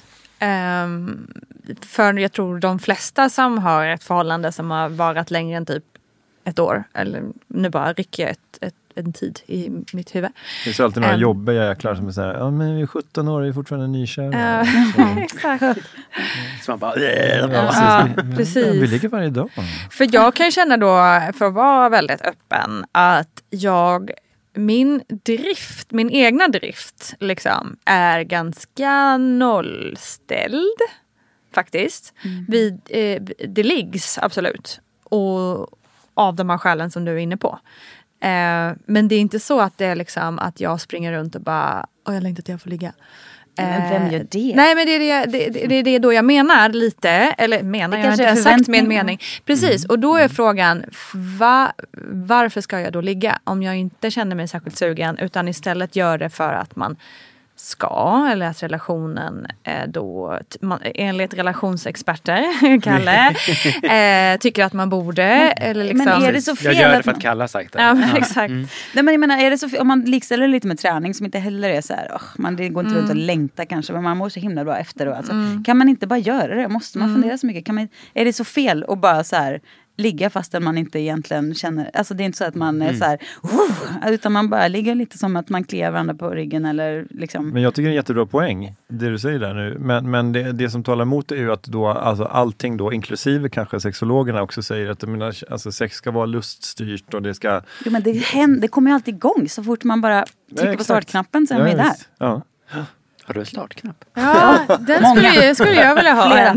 Speaker 10: Um, för jag tror de flesta som har ett förhållande som har varit längre än typ ett år. Eller nu bara rycker jag ett, ett, en tid i mitt huvud.
Speaker 9: Det är så alltid några um, jobbiga jäklar som är såhär, ja men vi är sjutton år och vi är fortfarande nykära.
Speaker 10: Uh, exakt.
Speaker 7: Så man bara,
Speaker 10: ja, precis.
Speaker 9: Vi ligger varje dag.
Speaker 10: För jag kan känna då, för att vara väldigt öppen, att jag... Min drift, min egna drift liksom, är ganska nollställd faktiskt. Mm. Vi, eh, det liggs absolut. Och av de här skälen som du är inne på. Eh, men det är inte så att det är liksom att jag springer runt och bara, åh jag längtar till jag får ligga.
Speaker 8: Men vem gör det?
Speaker 10: Nej, men det är det, det, det, det, är det då jag menar lite. Eller menar, jag har inte sagt min mening. Precis, och då är frågan, va, varför ska jag då ligga? Om jag inte känner mig särskilt sugen, utan istället gör det för att man ska, eller att relationen är då, man, enligt relationsexperter, Kalle, eh, tycker att man borde. Men, eller liksom,
Speaker 8: men är det så fel?
Speaker 7: Jag gör det för att Kalle har sagt det.
Speaker 10: Ja, men exakt.
Speaker 8: Mm. Nej, men jag menar, är det så fel, om man likställer lite med träning som inte heller är så här, oh, man det går inte mm. runt och längta kanske, men man mår så himla bra efter då. Alltså, mm. Kan man inte bara göra det? Måste man mm. fundera så mycket? Kan man, är det så fel att bara så här ligga fastän man inte egentligen känner, alltså det är inte så att man är mm. så här, oh, utan man bara ligger lite som att man kliar varandra på ryggen eller liksom.
Speaker 9: Men jag tycker det är en jättebra poäng, det du säger där nu, men, men det, det som talar emot är ju att då, alltså allting då, inklusive kanske sexologerna också säger att menar, alltså sex ska vara luststyrt och det ska...
Speaker 8: Jo men det, händer, det kommer ju alltid igång så fort man bara trycker ja, på startknappen så är ja, man där.
Speaker 9: Ja.
Speaker 7: Har du en startknapp?
Speaker 10: Ja, den skulle, skulle jag vilja ha. En.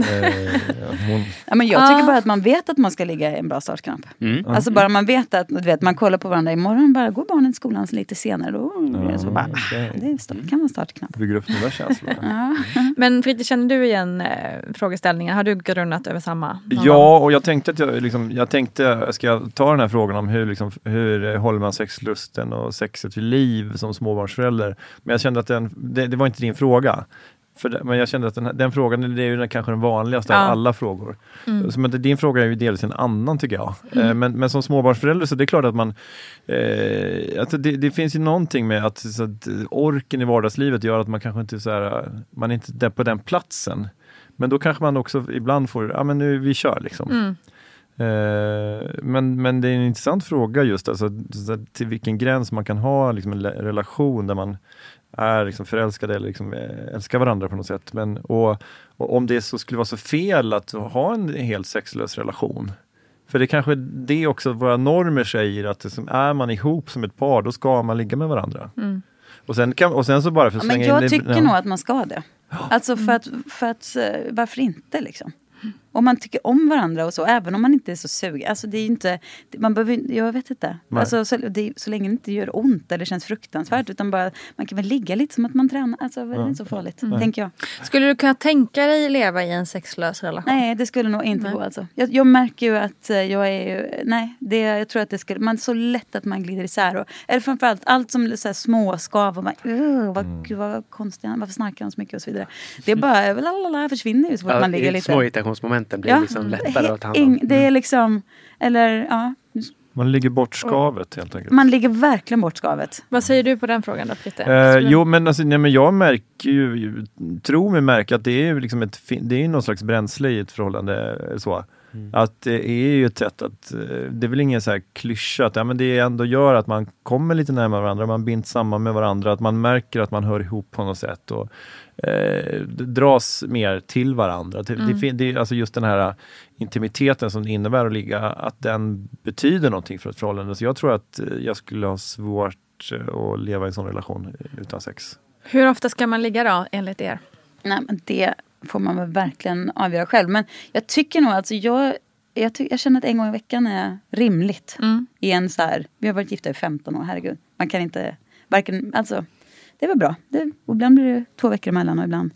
Speaker 8: Ja, men jag tycker bara att man vet att man ska ligga i en bra startknapp. Mm. Alltså bara man vet att du vet, man kollar på varandra imorgon, bara går barnen till skolan lite senare då ja, så bara, okay. Det är start, kan man startknapp.
Speaker 9: Bygger upp nya känslor.
Speaker 10: Ja. Men Fritte, känner du igen eh, frågeställningen? Har du grunnat över samma?
Speaker 9: Ja, och jag tänkte att jag, liksom, jag tänkte, ska jag ta den här frågan om hur, liksom, hur håller man sexlusten och sexet vid liv som småbarnsförälder. Men jag kände att den, det, det var inte din fråga. För det, men jag kände att den, den frågan det är ju den, kanske den vanligaste ja. av alla frågor. Mm. Så, men det, din fråga är ju delvis en annan tycker jag. Mm. Eh, men, men som småbarnsförälder så det är klart att man eh, att det, det finns ju någonting med att, så att orken i vardagslivet gör att man kanske inte så här, man är inte där på den platsen. Men då kanske man också ibland får, ja men nu vi kör liksom. Mm. Eh, men, men det är en intressant fråga just alltså, till vilken gräns man kan ha liksom, en relation där man är liksom förälskade eller liksom älskar varandra på något sätt. Men, och, och om det så skulle vara så fel att ha en helt sexlös relation. För det kanske det också våra normer säger att liksom, är man ihop som ett par då ska man ligga med varandra. Mm. Och, sen kan, och sen så bara för att
Speaker 8: ja, men
Speaker 9: slänga
Speaker 8: jag
Speaker 9: in
Speaker 8: tycker
Speaker 9: ja.
Speaker 8: nog att man ska det. Alltså för att, för att varför inte liksom? Och man tycker om varandra och så, även om man inte är så sugen. Alltså det är ju inte, man behöver, jag vet inte. Alltså, så, det, så länge det inte gör ont eller känns fruktansvärt, utan bara, man kan väl ligga lite som att man tränar. Alltså det är inte så farligt, mm. tänker jag.
Speaker 10: Skulle du kunna tänka dig leva i en sexlös relation?
Speaker 8: Nej, det skulle nog inte gå alltså. Jag, jag märker ju att jag är ju, nej, det, jag tror att det skulle, man är så lätt att man glider isär. Och, eller framförallt, allt som så här, små skav och man, uh, vad, mm. gud vad konstigt, varför snackar han så mycket och så vidare. Det är bara, lalala, försvinner ju så fort ja, man ligger lite.
Speaker 7: Små irritationsmomenten blir ja, liksom lättare att handla
Speaker 8: om. Det är liksom, eller ja.
Speaker 9: Man ligger bort skavet helt enkelt.
Speaker 8: Man ligger verkligen bort skavet.
Speaker 10: Vad säger du på den frågan då, Fritte?
Speaker 9: Eh, jo, men, alltså, nej, men jag märker ju, tror mig märka att det är liksom ett, det är någon slags bränsle i ett förhållande så. Mm. Att det är ju ett sätt att, det är väl ingen så här klyscha att ja, men det ändå gör att man kommer lite närmare varandra, man binds samman med varandra, att man märker att man hör ihop på något sätt och eh, dras mer till varandra. Mm. Det, det, alltså just den här intimiteten som det innebär att ligga, att den betyder någonting för ett förhållande. Så jag tror att jag skulle ha svårt att leva i en sån relation utan sex.
Speaker 10: Hur ofta ska man ligga då, enligt er?
Speaker 8: Nej, men det får man väl verkligen avgöra själv. Men jag tycker nog, alltså jag, jag, ty- jag känner att en gång i veckan är rimligt. Mm. I en så här, vi har varit gifta i femton år, herregud. Man kan inte, varken, alltså, det var bra. Det, och ibland blir det två veckor emellan och ibland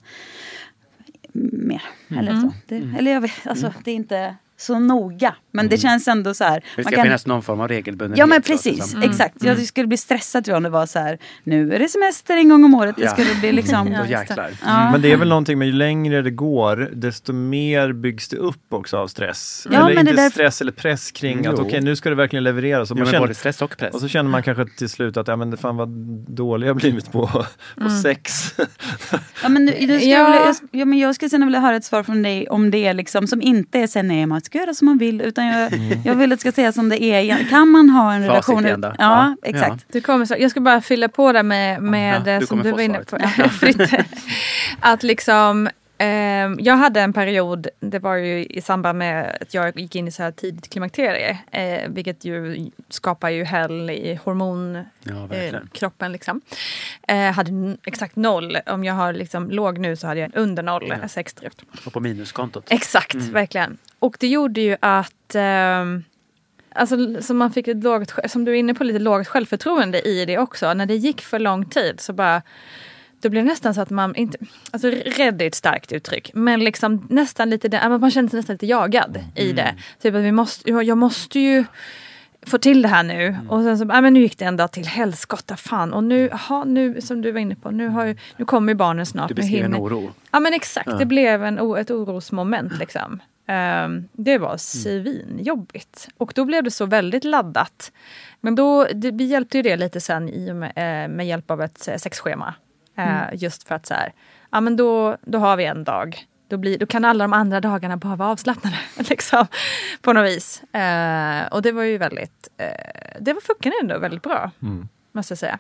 Speaker 8: mer. Mm. Eller så. Det, mm. Eller jag vet, alltså mm. det är inte så noga. Men mm. det känns ändå så här.
Speaker 7: Det ska kan... finnas någon form av regelbundenhet.
Speaker 8: Ja, men precis. Mm. Exakt. Jag skulle bli stressad tror jag om det var så här. Nu är det semester en gång om året. Det
Speaker 9: ja.
Speaker 8: skulle bli liksom...
Speaker 7: ja, jäklar. Mm.
Speaker 8: Ja.
Speaker 9: Men det är väl någonting med ju längre det går, desto mer byggs det upp också av stress.
Speaker 8: Ja,
Speaker 9: eller
Speaker 8: men
Speaker 9: inte
Speaker 8: det där...
Speaker 9: stress eller press kring mm, att okej, okay, nu ska det verkligen levereras.
Speaker 7: Ja,
Speaker 9: man
Speaker 7: men
Speaker 9: känner...
Speaker 7: både stress och press.
Speaker 9: Och så känner man kanske till slut att ja, men det fan vad dålig jag blivit på, på mm. sex.
Speaker 8: ja, men, nu, nu ska ja. Jag, vilja, jag, ja, men jag skulle sen vilja höra ett svar från dig om det liksom, som inte är sen nej, man ska göra som man vill. Utan jag, mm. jag vill att det ska säga som det är. Kan man ha en
Speaker 7: Facit
Speaker 8: relation?
Speaker 7: Igen, ja,
Speaker 8: ja, exakt. Ja.
Speaker 10: Du kommer så, jag ska bara fylla på det med, med ja,
Speaker 7: du
Speaker 10: som du var inne på.
Speaker 7: Ja.
Speaker 10: Att liksom, eh, jag hade en period, det var ju i samband med att jag gick in i så här tidigt klimakterie. Eh, vilket ju skapar ju häll i hormonkroppen.
Speaker 7: Ja,
Speaker 10: eh, liksom. Eh, hade n- exakt noll. Om jag har liksom låg nu så hade jag under noll ja. sexdrift.
Speaker 7: Och på minuskontot.
Speaker 10: Exakt, mm. verkligen. Och det gjorde ju att eh, alltså, så man fick ett lågt, som du är inne på, lite lågt självförtroende i det också. När det gick för lång tid så bara, då blev det nästan så att man inte, alltså rädd är ett starkt uttryck, men liksom nästan lite, det, man känner sig nästan lite jagad mm. i det. Typ att vi måste, jag måste ju få till det här nu. Mm. Och sen så, ja men nu gick det en dag till helskotta fan. Och nu, aha, nu som du var inne på, nu, har ju, nu kommer ju barnen snart.
Speaker 7: Du beskriver en oro.
Speaker 10: Ja men exakt, ja. Det blev en, ett orosmoment liksom. Um, det var svinjobbigt. Och då blev det så väldigt laddat. Men då, det, vi hjälpte ju det lite sen i med, eh, med hjälp av ett sexschema. Uh, mm. Just för att så här, ja men då, då har vi en dag. Då, blir, då kan alla de andra dagarna bara vara avslappnade. Liksom, på något vis. Uh, och det var ju väldigt, uh, det var fucking ändå väldigt bra. Mm. Måste jag säga.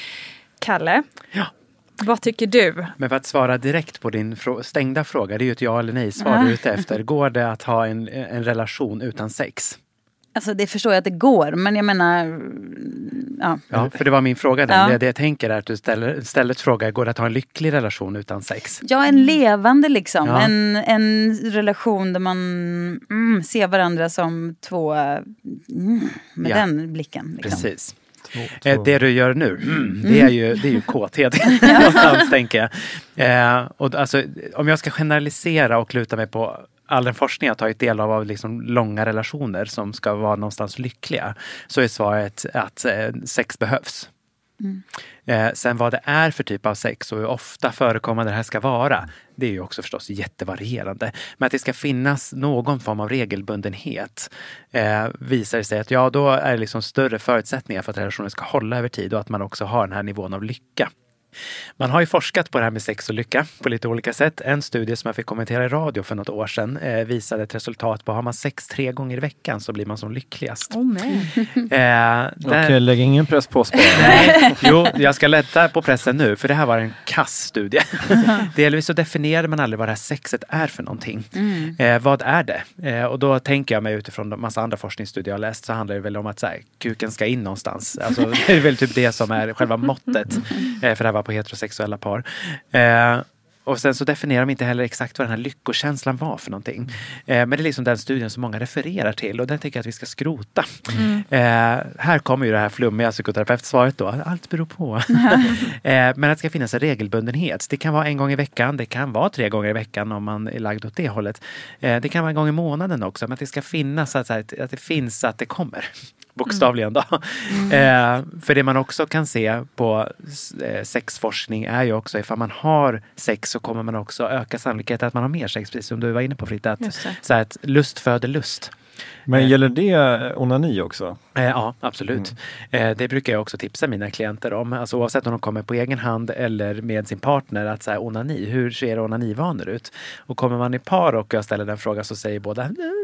Speaker 10: Kalle.
Speaker 7: Ja.
Speaker 10: Vad tycker du?
Speaker 7: Men för att svara direkt på din frå- stängda fråga, det är ju ett ja eller nej svar du är ute efter. Går det att ha en, en relation utan sex?
Speaker 8: Alltså det förstår jag att det går, men jag menar... Ja,
Speaker 7: ja för det var min fråga. Ja. Det, det jag tänker är att du ställer, istället frågar, går det att ha en lycklig relation utan sex?
Speaker 8: Ja, en levande liksom. Ja. En, en relation där man mm, ser varandra som två... Mm, med ja. den blicken. Liksom.
Speaker 7: Precis. Två, två. Det du gör nu, mm, det är ju, det är ju kåthet någonstans, tänker jag. Eh, och alltså, om jag ska generalisera och luta mig på all den forskning jag tagit del av av liksom långa relationer som ska vara någonstans lyckliga, så är svaret att eh, sex behövs. Mm. Eh, sen vad det är för typ av sex och hur ofta förekommande det här ska vara, det är ju också förstås jättevarierande. Men att det ska finnas någon form av regelbundenhet eh, visar det sig att ja, då är det liksom större förutsättningar för att relationen ska hålla över tid och att man också har den här nivån av lycka. Man har ju forskat på det här med sex och lycka på lite olika sätt. En studie som jag fick kommentera i radio för något år sedan eh, visade ett resultat på har man sex tre gånger i veckan så blir man som lyckligast.
Speaker 10: Oh, man.
Speaker 7: Eh, där...
Speaker 9: Okej, lägg ingen press på oss.
Speaker 7: Jo, jag ska lätta på pressen nu för det här var en kass-studie. Delvis så definierar man aldrig vad det här sexet är för någonting. Mm. Eh, vad är det? Eh, och då tänker jag mig utifrån en massa andra forskningsstudier jag har läst så handlar det väl om att så här, kuken ska in någonstans. Alltså, det är väl typ det som är själva måttet. Eh, för det här var på heterosexuella par. Eh, Och sen så definierar de inte heller exakt vad den här lyckokänslan var för någonting. Eh, men det är liksom den studien som många refererar till och den tycker jag att vi ska skrota. Mm. Eh, här kommer ju det här flummiga psykoterapeutsvaret då. Allt beror på. eh, men att det ska finnas en regelbundenhet. Det kan vara en gång i veckan. Det kan vara tre gånger i veckan om man är lagd åt det hållet. Eh, det kan vara en gång i månaden också. Men att det ska finnas att, att det finns att det kommer. Bokstavligen då. Mm. Eh, för det man också kan se på eh, sexforskning är ju också ifall man har sex så kommer man också öka sannolikheten att man har mer sex, precis som du var inne på Fritta. Att, så att lust föder lust.
Speaker 9: Men gäller det onani också?
Speaker 7: Eh, ja, absolut. Mm. Eh, det brukar jag också tipsa mina klienter om. Alltså, oavsett om de kommer på egen hand eller med sin partner. Att så här, onani, hur ser onanivanor ut? Och kommer man i par och jag ställer den frågan så säger båda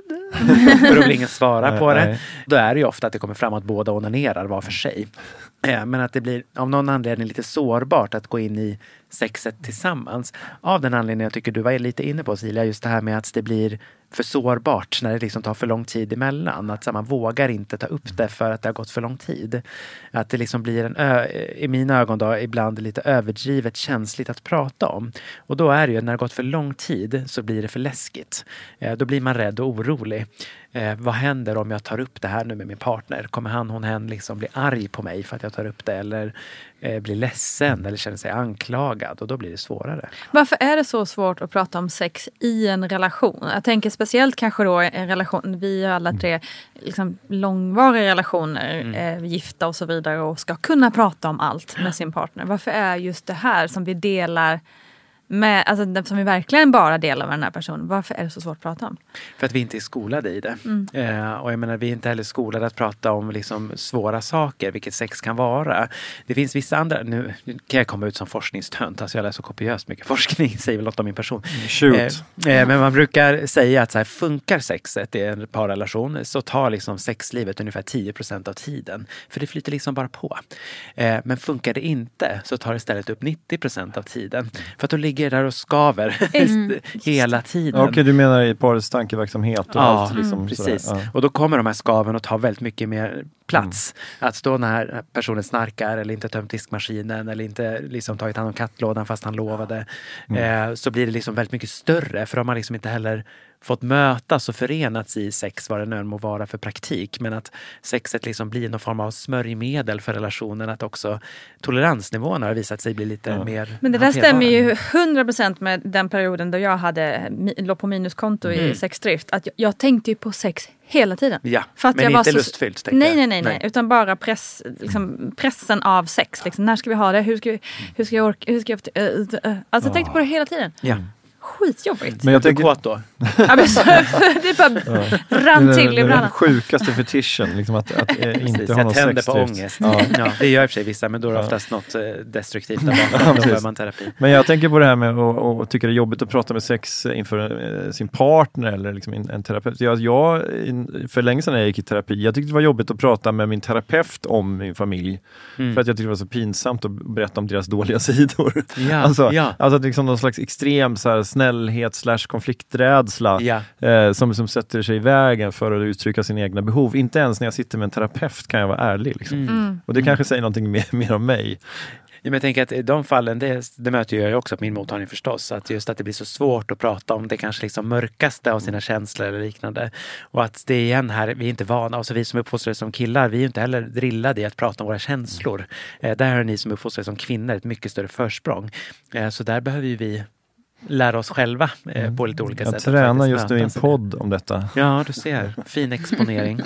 Speaker 7: för då vill ingen svara på det. Då är det ju ofta att det kommer fram att båda onanerar var för sig. Eh, men att det blir av någon anledning lite sårbart att gå in i sexet tillsammans. Av den anledningen jag tycker du var lite inne på, Silja, just det här med att det blir för sårbart när det liksom tar för lång tid emellan. Att så, man vågar inte ta upp det för att det har gått för lång tid. Att det liksom blir en ö- i mina ögon då ibland lite överdrivet känsligt att prata om. Och då är det ju, när det har gått för lång tid så blir det för läskigt. Eh, då blir man rädd och orolig. Eh, vad händer om jag tar upp det här nu med min partner? Kommer han, hon, hen liksom bli arg på mig för att jag tar upp det? Eller eh, blir ledsen eller känner sig anklagad? Och då blir det svårare.
Speaker 10: Varför är det så svårt att prata om sex i en relation? Jag tänker speciellt kanske då en relation, vi är alla tre liksom långvariga relationer, mm. eh, gifta och så vidare och ska kunna prata om allt med sin partner. Varför är just det här som vi delar med, alltså som vi verkligen bara delar med den här personen, varför är det så svårt att prata om?
Speaker 7: För att vi inte är skolade i det.
Speaker 10: Mm.
Speaker 7: Eh, och jag menar, vi är inte heller skolade att prata om liksom svåra saker, vilket sex kan vara. Det finns vissa andra, nu kan jag komma ut som forskningstönt, alltså jag läser så kopiöst mycket forskning, säger väl något om min person.
Speaker 9: Shoot.
Speaker 7: Eh, eh, men man brukar säga att så här, funkar sexet i en parrelation så tar liksom sexlivet ungefär tio procent av tiden. För det flyter liksom bara på. Eh, men funkar det inte så tar det istället upp nittio procent av tiden. För att då ligger där och skaver mm. hela tiden.
Speaker 9: Okej, okay, du menar i parets tankeverksamhet och
Speaker 7: ja,
Speaker 9: allt liksom,
Speaker 7: mm, precis.
Speaker 9: Ja.
Speaker 7: Och då kommer de här skaven att ta väldigt mycket mer plats. Mm. Att då när personen snarkar eller inte tömt diskmaskinen eller inte liksom tagit hand om kattlådan fast han lovade mm. eh, så blir det liksom väldigt mycket större, för de har liksom inte heller fått mötas och förenats i sex, vad det nu må vara för praktik, men att sexet liksom blir någon form av smörjmedel för relationen, att också toleransnivån har visat sig bli lite ja. mer.
Speaker 10: Men det där stämmer ju hundra procent med den perioden då jag hade låg på minuskonto mm. i sexdrift, att jag, jag tänkte ju på sex hela tiden.
Speaker 7: Ja,
Speaker 10: för att
Speaker 7: men
Speaker 10: jag
Speaker 7: inte
Speaker 10: var så,
Speaker 7: lustfyllt.
Speaker 10: Nej, nej, nej, nej, utan bara press, liksom, pressen av sex. Liksom, när ska vi ha det? Hur ska, vi, hur ska jag orka? Hur ska jag, uh, uh, uh. Alltså jag tänkte på det hela tiden.
Speaker 7: Ja.
Speaker 10: Skitjobbigt.
Speaker 7: Men jag tänker kåt då.
Speaker 10: Ja, men så, det bara ja. rann till ibland.
Speaker 9: Den sjukaste fetischen, liksom att, att äh, inte ha någon sex.
Speaker 7: Jag tänder på ångest. Ja. Ja, det gör i och för sig vissa, men då är det oftast något eh, destruktivt där bakom. Då behöver man terapi.
Speaker 9: Men jag tänker på det här med att och, och tycka det är jobbigt att prata med sex inför eh, sin partner eller liksom en, en terapeut. Jag, jag, för länge sedan när jag gick i terapi, jag tyckte det var jobbigt att prata med min terapeut om min familj. Mm. För att jag tyckte det var så pinsamt att berätta om deras dåliga sidor.
Speaker 7: Ja,
Speaker 9: alltså,
Speaker 7: ja.
Speaker 9: alltså liksom någon slags extrem så här, snällhet slash konflikträdsla
Speaker 7: ja.
Speaker 9: eh, som, som sätter sig i vägen för att uttrycka sina egna behov. Inte ens när jag sitter med en terapeut kan jag vara ärlig. Liksom.
Speaker 10: Mm.
Speaker 9: Och det kanske säger någonting mer, mer om mig.
Speaker 7: Ja, men jag tänker att i de fallen, det, det möter jag ju också på min mottagning förstås, att just att det blir så svårt att prata om det kanske liksom mörkaste av sina känslor eller liknande. Och att det är igen här, vi är inte vana, och så vi som är uppfostrade som killar, vi är ju inte heller drillade i att prata om våra känslor. Eh, där har ni som är uppfostrade som kvinnor ett mycket större försprång. Eh, så där behöver ju vi lära oss själva eh, på lite olika
Speaker 9: jag
Speaker 7: sätt.
Speaker 9: Jag tränar just nu i en podd om detta.
Speaker 7: Ja, du ser. Fin exponering.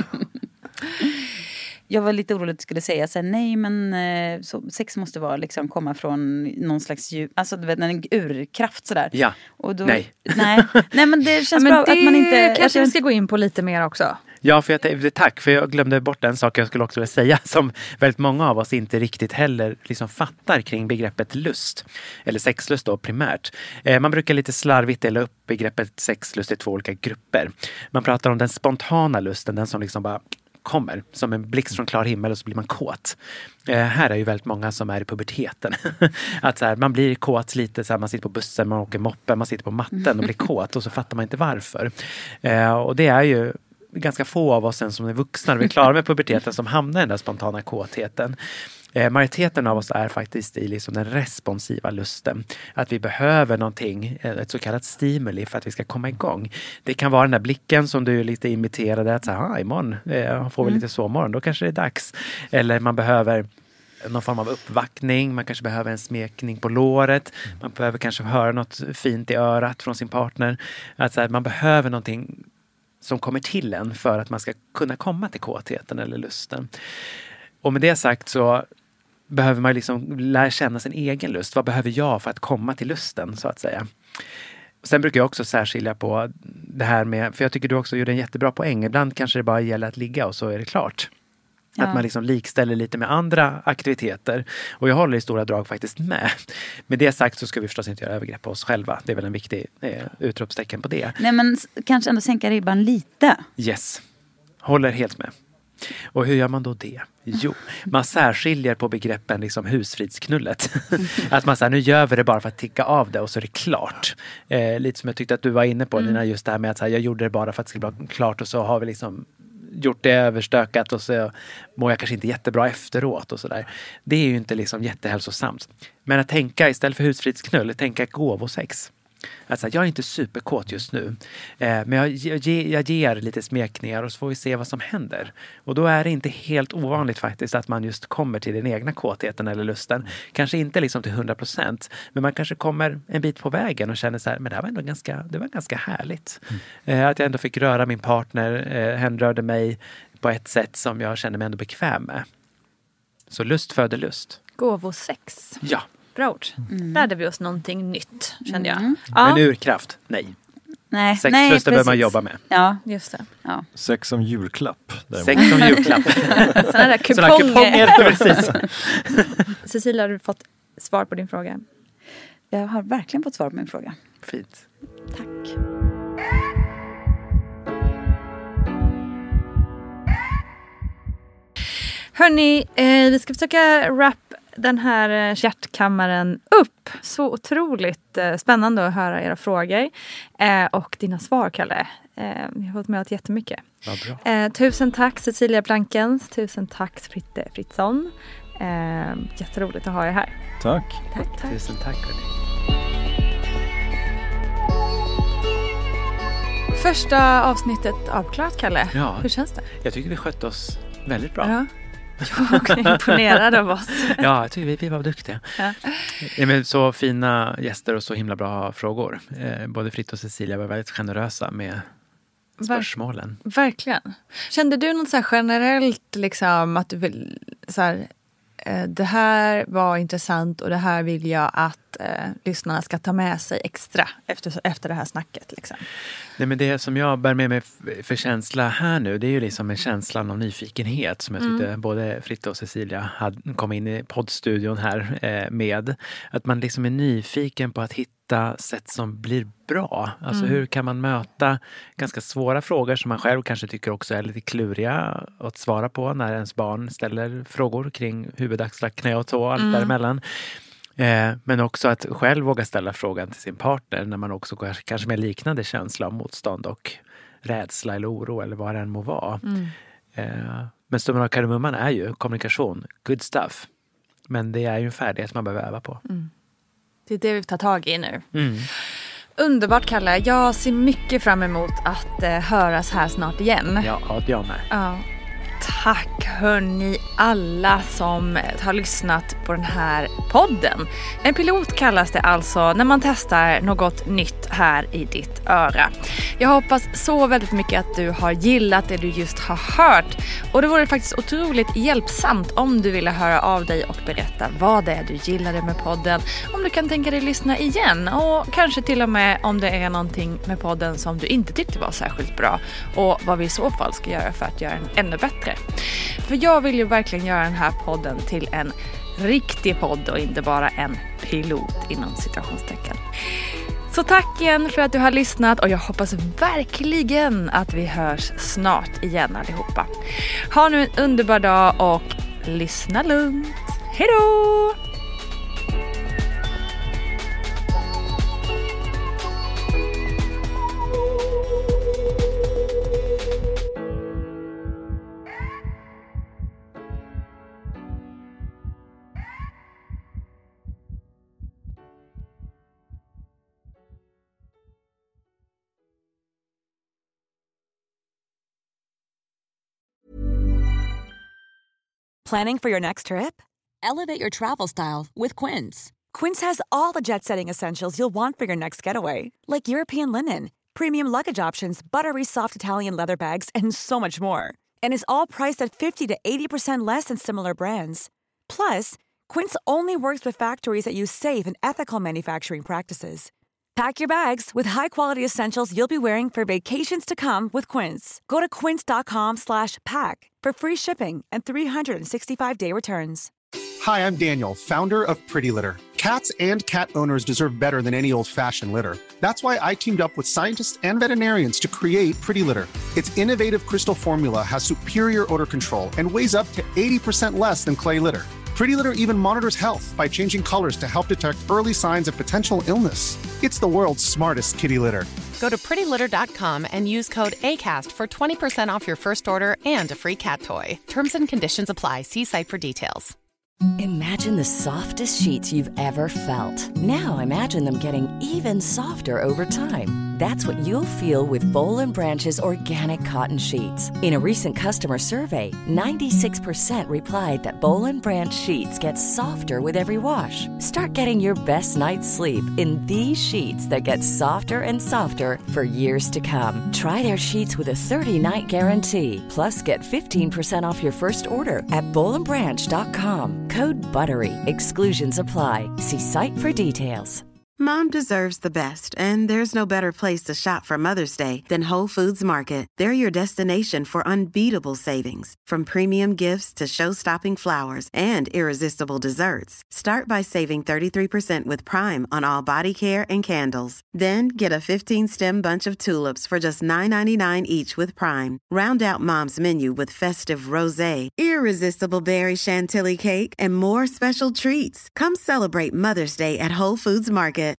Speaker 8: Jag var lite orolig att du skulle säga så här, nej men eh, så, sex måste vara liksom komma från någon slags djup, alltså du vet en urkraft sådär.
Speaker 7: Ja,
Speaker 8: och då,
Speaker 7: nej.
Speaker 8: nej. Nej men det känns
Speaker 10: ja, men
Speaker 8: bra
Speaker 10: det
Speaker 8: att man inte...
Speaker 10: kanske jag, vi ska gå in på lite mer också.
Speaker 7: Ja, för jag, tack, för jag glömde bort en sak jag skulle också vilja säga som väldigt många av oss inte riktigt heller liksom fattar kring begreppet lust. Eller sexlust då primärt. Eh, man brukar lite slarvigt dela upp begreppet sexlust i två olika grupper. Man pratar om den spontana lusten, den som liksom bara kommer som en blixt från klar himmel och så blir man kåt. Eh, här är ju väldigt många som är i puberteten. Att så här, man blir kåt lite så här, man sitter på bussen, man åker moppen, man sitter på matten och blir kåt och så fattar man inte varför. Eh, och det är ju ganska få av oss sen som är vuxna och vi är klara med puberteten som hamnar i den där spontana kåtheten. Eh, majoriteten av oss är faktiskt i liksom den responsiva lusten. Att vi behöver någonting, ett så kallat stimuli för att vi ska komma igång. Det kan vara den där blicken som du är lite imiterade att säga, imorgon eh, får vi mm. lite sovmorgon, då kanske det är dags. Eller man behöver någon form av uppvaktning, man kanske behöver en smekning på låret, man behöver kanske höra något fint i örat från sin partner. Att så här, man behöver någonting som kommer till en för att man ska kunna komma till kåtheten eller lusten. Och med det sagt så behöver man liksom lära känna sin egen lust. Vad behöver jag för att komma till lusten, så att säga. Sen brukar jag också särskilja på det här med, för jag tycker du också gjorde en jättebra poäng. Ibland kanske det bara gäller att ligga och så är det klart. Ja. Att man liksom likställer lite med andra aktiviteter. Och jag håller i stora drag faktiskt med. Med det sagt så ska vi förstås inte göra övergrepp på oss själva. Det är väl en viktig eh, utropstecken på det.
Speaker 8: Nej, men kanske ändå sänka ribban lite.
Speaker 7: Yes. Håller helt med. Och hur gör man då det? Jo, man särskiljer på begreppen liksom husfridsknullet. Att man säger, nu gör vi det bara för att ticka av det och så är det klart. Eh, lite som jag tyckte att du var inne på, mm. Nina, just det här med att här, jag gjorde det bara för att det skulle bli klart och så har vi liksom gjort det överstökat och så mår jag kanske inte jättebra efteråt och sådär. Det är ju inte liksom jättehälsosamt. Men att tänka istället för husfridsknull, tänka gåvosex. Alltså, jag är inte superkåt just nu. Eh, men jag, jag, jag ger lite smekningar och så får vi se vad som händer. Och då är det inte helt ovanligt faktiskt att man just kommer till den egna kåtheten eller lusten. Kanske inte liksom till hundra procent. Men man kanske kommer en bit på vägen och känner så här, men det här var ändå ganska, det var ganska härligt. Mm. Eh, att jag ändå fick röra min partner. Eh, hen rörde mig på ett sätt som jag kände mig ändå bekväm med. Så lust föder lust.
Speaker 10: Gåvosex.
Speaker 7: Ja.
Speaker 10: Bra ord. Mm. Lärde vi oss någonting nytt, kände jag.
Speaker 7: Mm. Ja. Men urkraft, nej.
Speaker 8: Nej,
Speaker 7: Sexlusten behöver man jobba med.
Speaker 8: Ja, just det. Ja.
Speaker 9: Sex som julklapp.
Speaker 7: Däremot. Sex som julklapp.
Speaker 10: Sådana där kuponger.
Speaker 7: kuponger precis.
Speaker 10: Cecilia, har du fått svar på din fråga?
Speaker 8: Jag har verkligen fått svar på min fråga.
Speaker 7: Fint.
Speaker 8: Tack.
Speaker 10: Hörni, eh, vi ska försöka wrap den här hjärtkammaren upp. Så otroligt eh, spännande att höra era frågor. Eh, och dina svar, Kalle. Eh, vi har fått med oss jättemycket.
Speaker 7: Ja, bra.
Speaker 10: Eh, tusen tack Cecilia Blankens. Tusen tack Fritte Fritzson. Eh, jätteroligt att ha er här.
Speaker 9: Tack.
Speaker 10: Tack, tack.
Speaker 7: Tusen tack. Hörni.
Speaker 10: Första avsnittet avklarat, Kalle.
Speaker 7: Ja.
Speaker 10: Hur känns det?
Speaker 7: Jag tycker vi skötte oss väldigt bra.
Speaker 10: Ja. Jag är imponerad av oss.
Speaker 7: Ja, jag tycker vi, vi var duktiga. Ja. Ja, men så fina gäster och så himla bra frågor. Eh, både Fritt och Cecilia var väldigt generösa med spörsmålen.
Speaker 10: Ver- verkligen. Kände du något så här generellt liksom att du vill så här, eh, det här var intressant och det här vill jag att eh, lyssnarna ska ta med sig extra efter, efter det här snacket liksom?
Speaker 7: Nej, men det som jag bär med mig för känsla här nu, det är ju liksom en känsla av nyfikenhet som jag tyckte mm. både Fritte och Cecilia hade, kom in i poddstudion här eh, med. Att man liksom är nyfiken på att hitta sätt som blir bra. Alltså mm. hur kan man möta ganska svåra frågor som man själv kanske tycker också är lite kluriga att svara på när ens barn ställer frågor kring huvud, axlar, knä och tå och allt mm. däremellan. Eh, men också att själv våga ställa frågan till sin partner när man också kanske med liknande känsla av motstånd och rädsla eller oro eller vad det än må vara. Mm. Eh, men summan av kardemumman är ju kommunikation, good stuff. Men det är ju en färdighet man behöver öva på.
Speaker 10: Mm. Det är det vi tar tag i nu.
Speaker 7: Mm.
Speaker 10: Underbart, Kalle. Jag ser mycket fram emot att eh, höras här snart igen.
Speaker 7: Ja, jag med.
Speaker 10: Ja. Tack hörni alla som har lyssnat på den här podden. En pilot kallas det alltså när man testar något nytt här i ditt öra. Jag hoppas så väldigt mycket att du har gillat det du just har hört. Och det vore faktiskt otroligt hjälpsamt om du ville höra av dig och berätta vad det är du gillade med podden. Om du kan tänka dig lyssna igen och kanske till och med om det är någonting med podden som du inte tyckte var särskilt bra. Och vad vi i så fall ska göra för att göra den ännu bättre. För jag vill ju verkligen göra den här podden till en riktig podd och inte bara en pilot inom citationstecken. Så tack igen för att du har lyssnat och jag hoppas verkligen att vi hörs snart igen allihopa. Ha nu en underbar dag och lyssna lugnt. Hej då!
Speaker 13: Planning for your next trip? Elevate your travel style with Quince. Quince has all the jet-setting essentials you'll want for your next getaway, like European linen, premium luggage options, buttery soft Italian leather bags, and so much more. And is all priced at fifty to eighty percent less than similar brands. Plus, Quince only works with factories that use safe and ethical manufacturing practices. Pack your bags with high-quality essentials you'll be wearing for vacations to come with Quince. Go to quince.com slash pack for free shipping and three sixty-five day returns.
Speaker 17: Hi, I'm Daniel, founder of Pretty Litter. Cats and cat owners deserve better than any old-fashioned litter. That's why I teamed up with scientists and veterinarians to create Pretty Litter. Its innovative crystal formula has superior odor control and weighs up to eighty percent less than clay litter. Pretty Litter even monitors health by changing colors to help detect early signs of potential illness. It's the world's smartest kitty litter.
Speaker 16: Go to pretty litter dot com and use code ACAST for twenty percent off your first order and a free cat toy. Terms and conditions apply. See site for details.
Speaker 5: Imagine the softest sheets you've ever felt. Now imagine them getting even softer over time. That's what you'll feel with Boll and Branch's organic cotton sheets. In a recent customer survey, ninety-six percent replied that Boll and Branch sheets get softer with every wash. Start getting your best night's sleep in these sheets that get softer and softer for years to come. Try their sheets with a thirty-night guarantee. Plus, get fifteen percent off your first order at boll and branch dot com. Code BUTTERY. Exclusions apply. See site for details.
Speaker 18: Mom deserves the best, and there's no better place to shop for Mother's Day than Whole Foods Market. They're your destination for unbeatable savings, from premium gifts to show-stopping flowers and irresistible desserts. Start by saving thirty-three percent with Prime on all body care and candles. Then get a fifteen-stem bunch of tulips for just nine ninety-nine each with Prime. Round out Mom's menu with festive rosé, irresistible berry chantilly cake, and more special treats. Come celebrate Mother's Day at Whole Foods Market.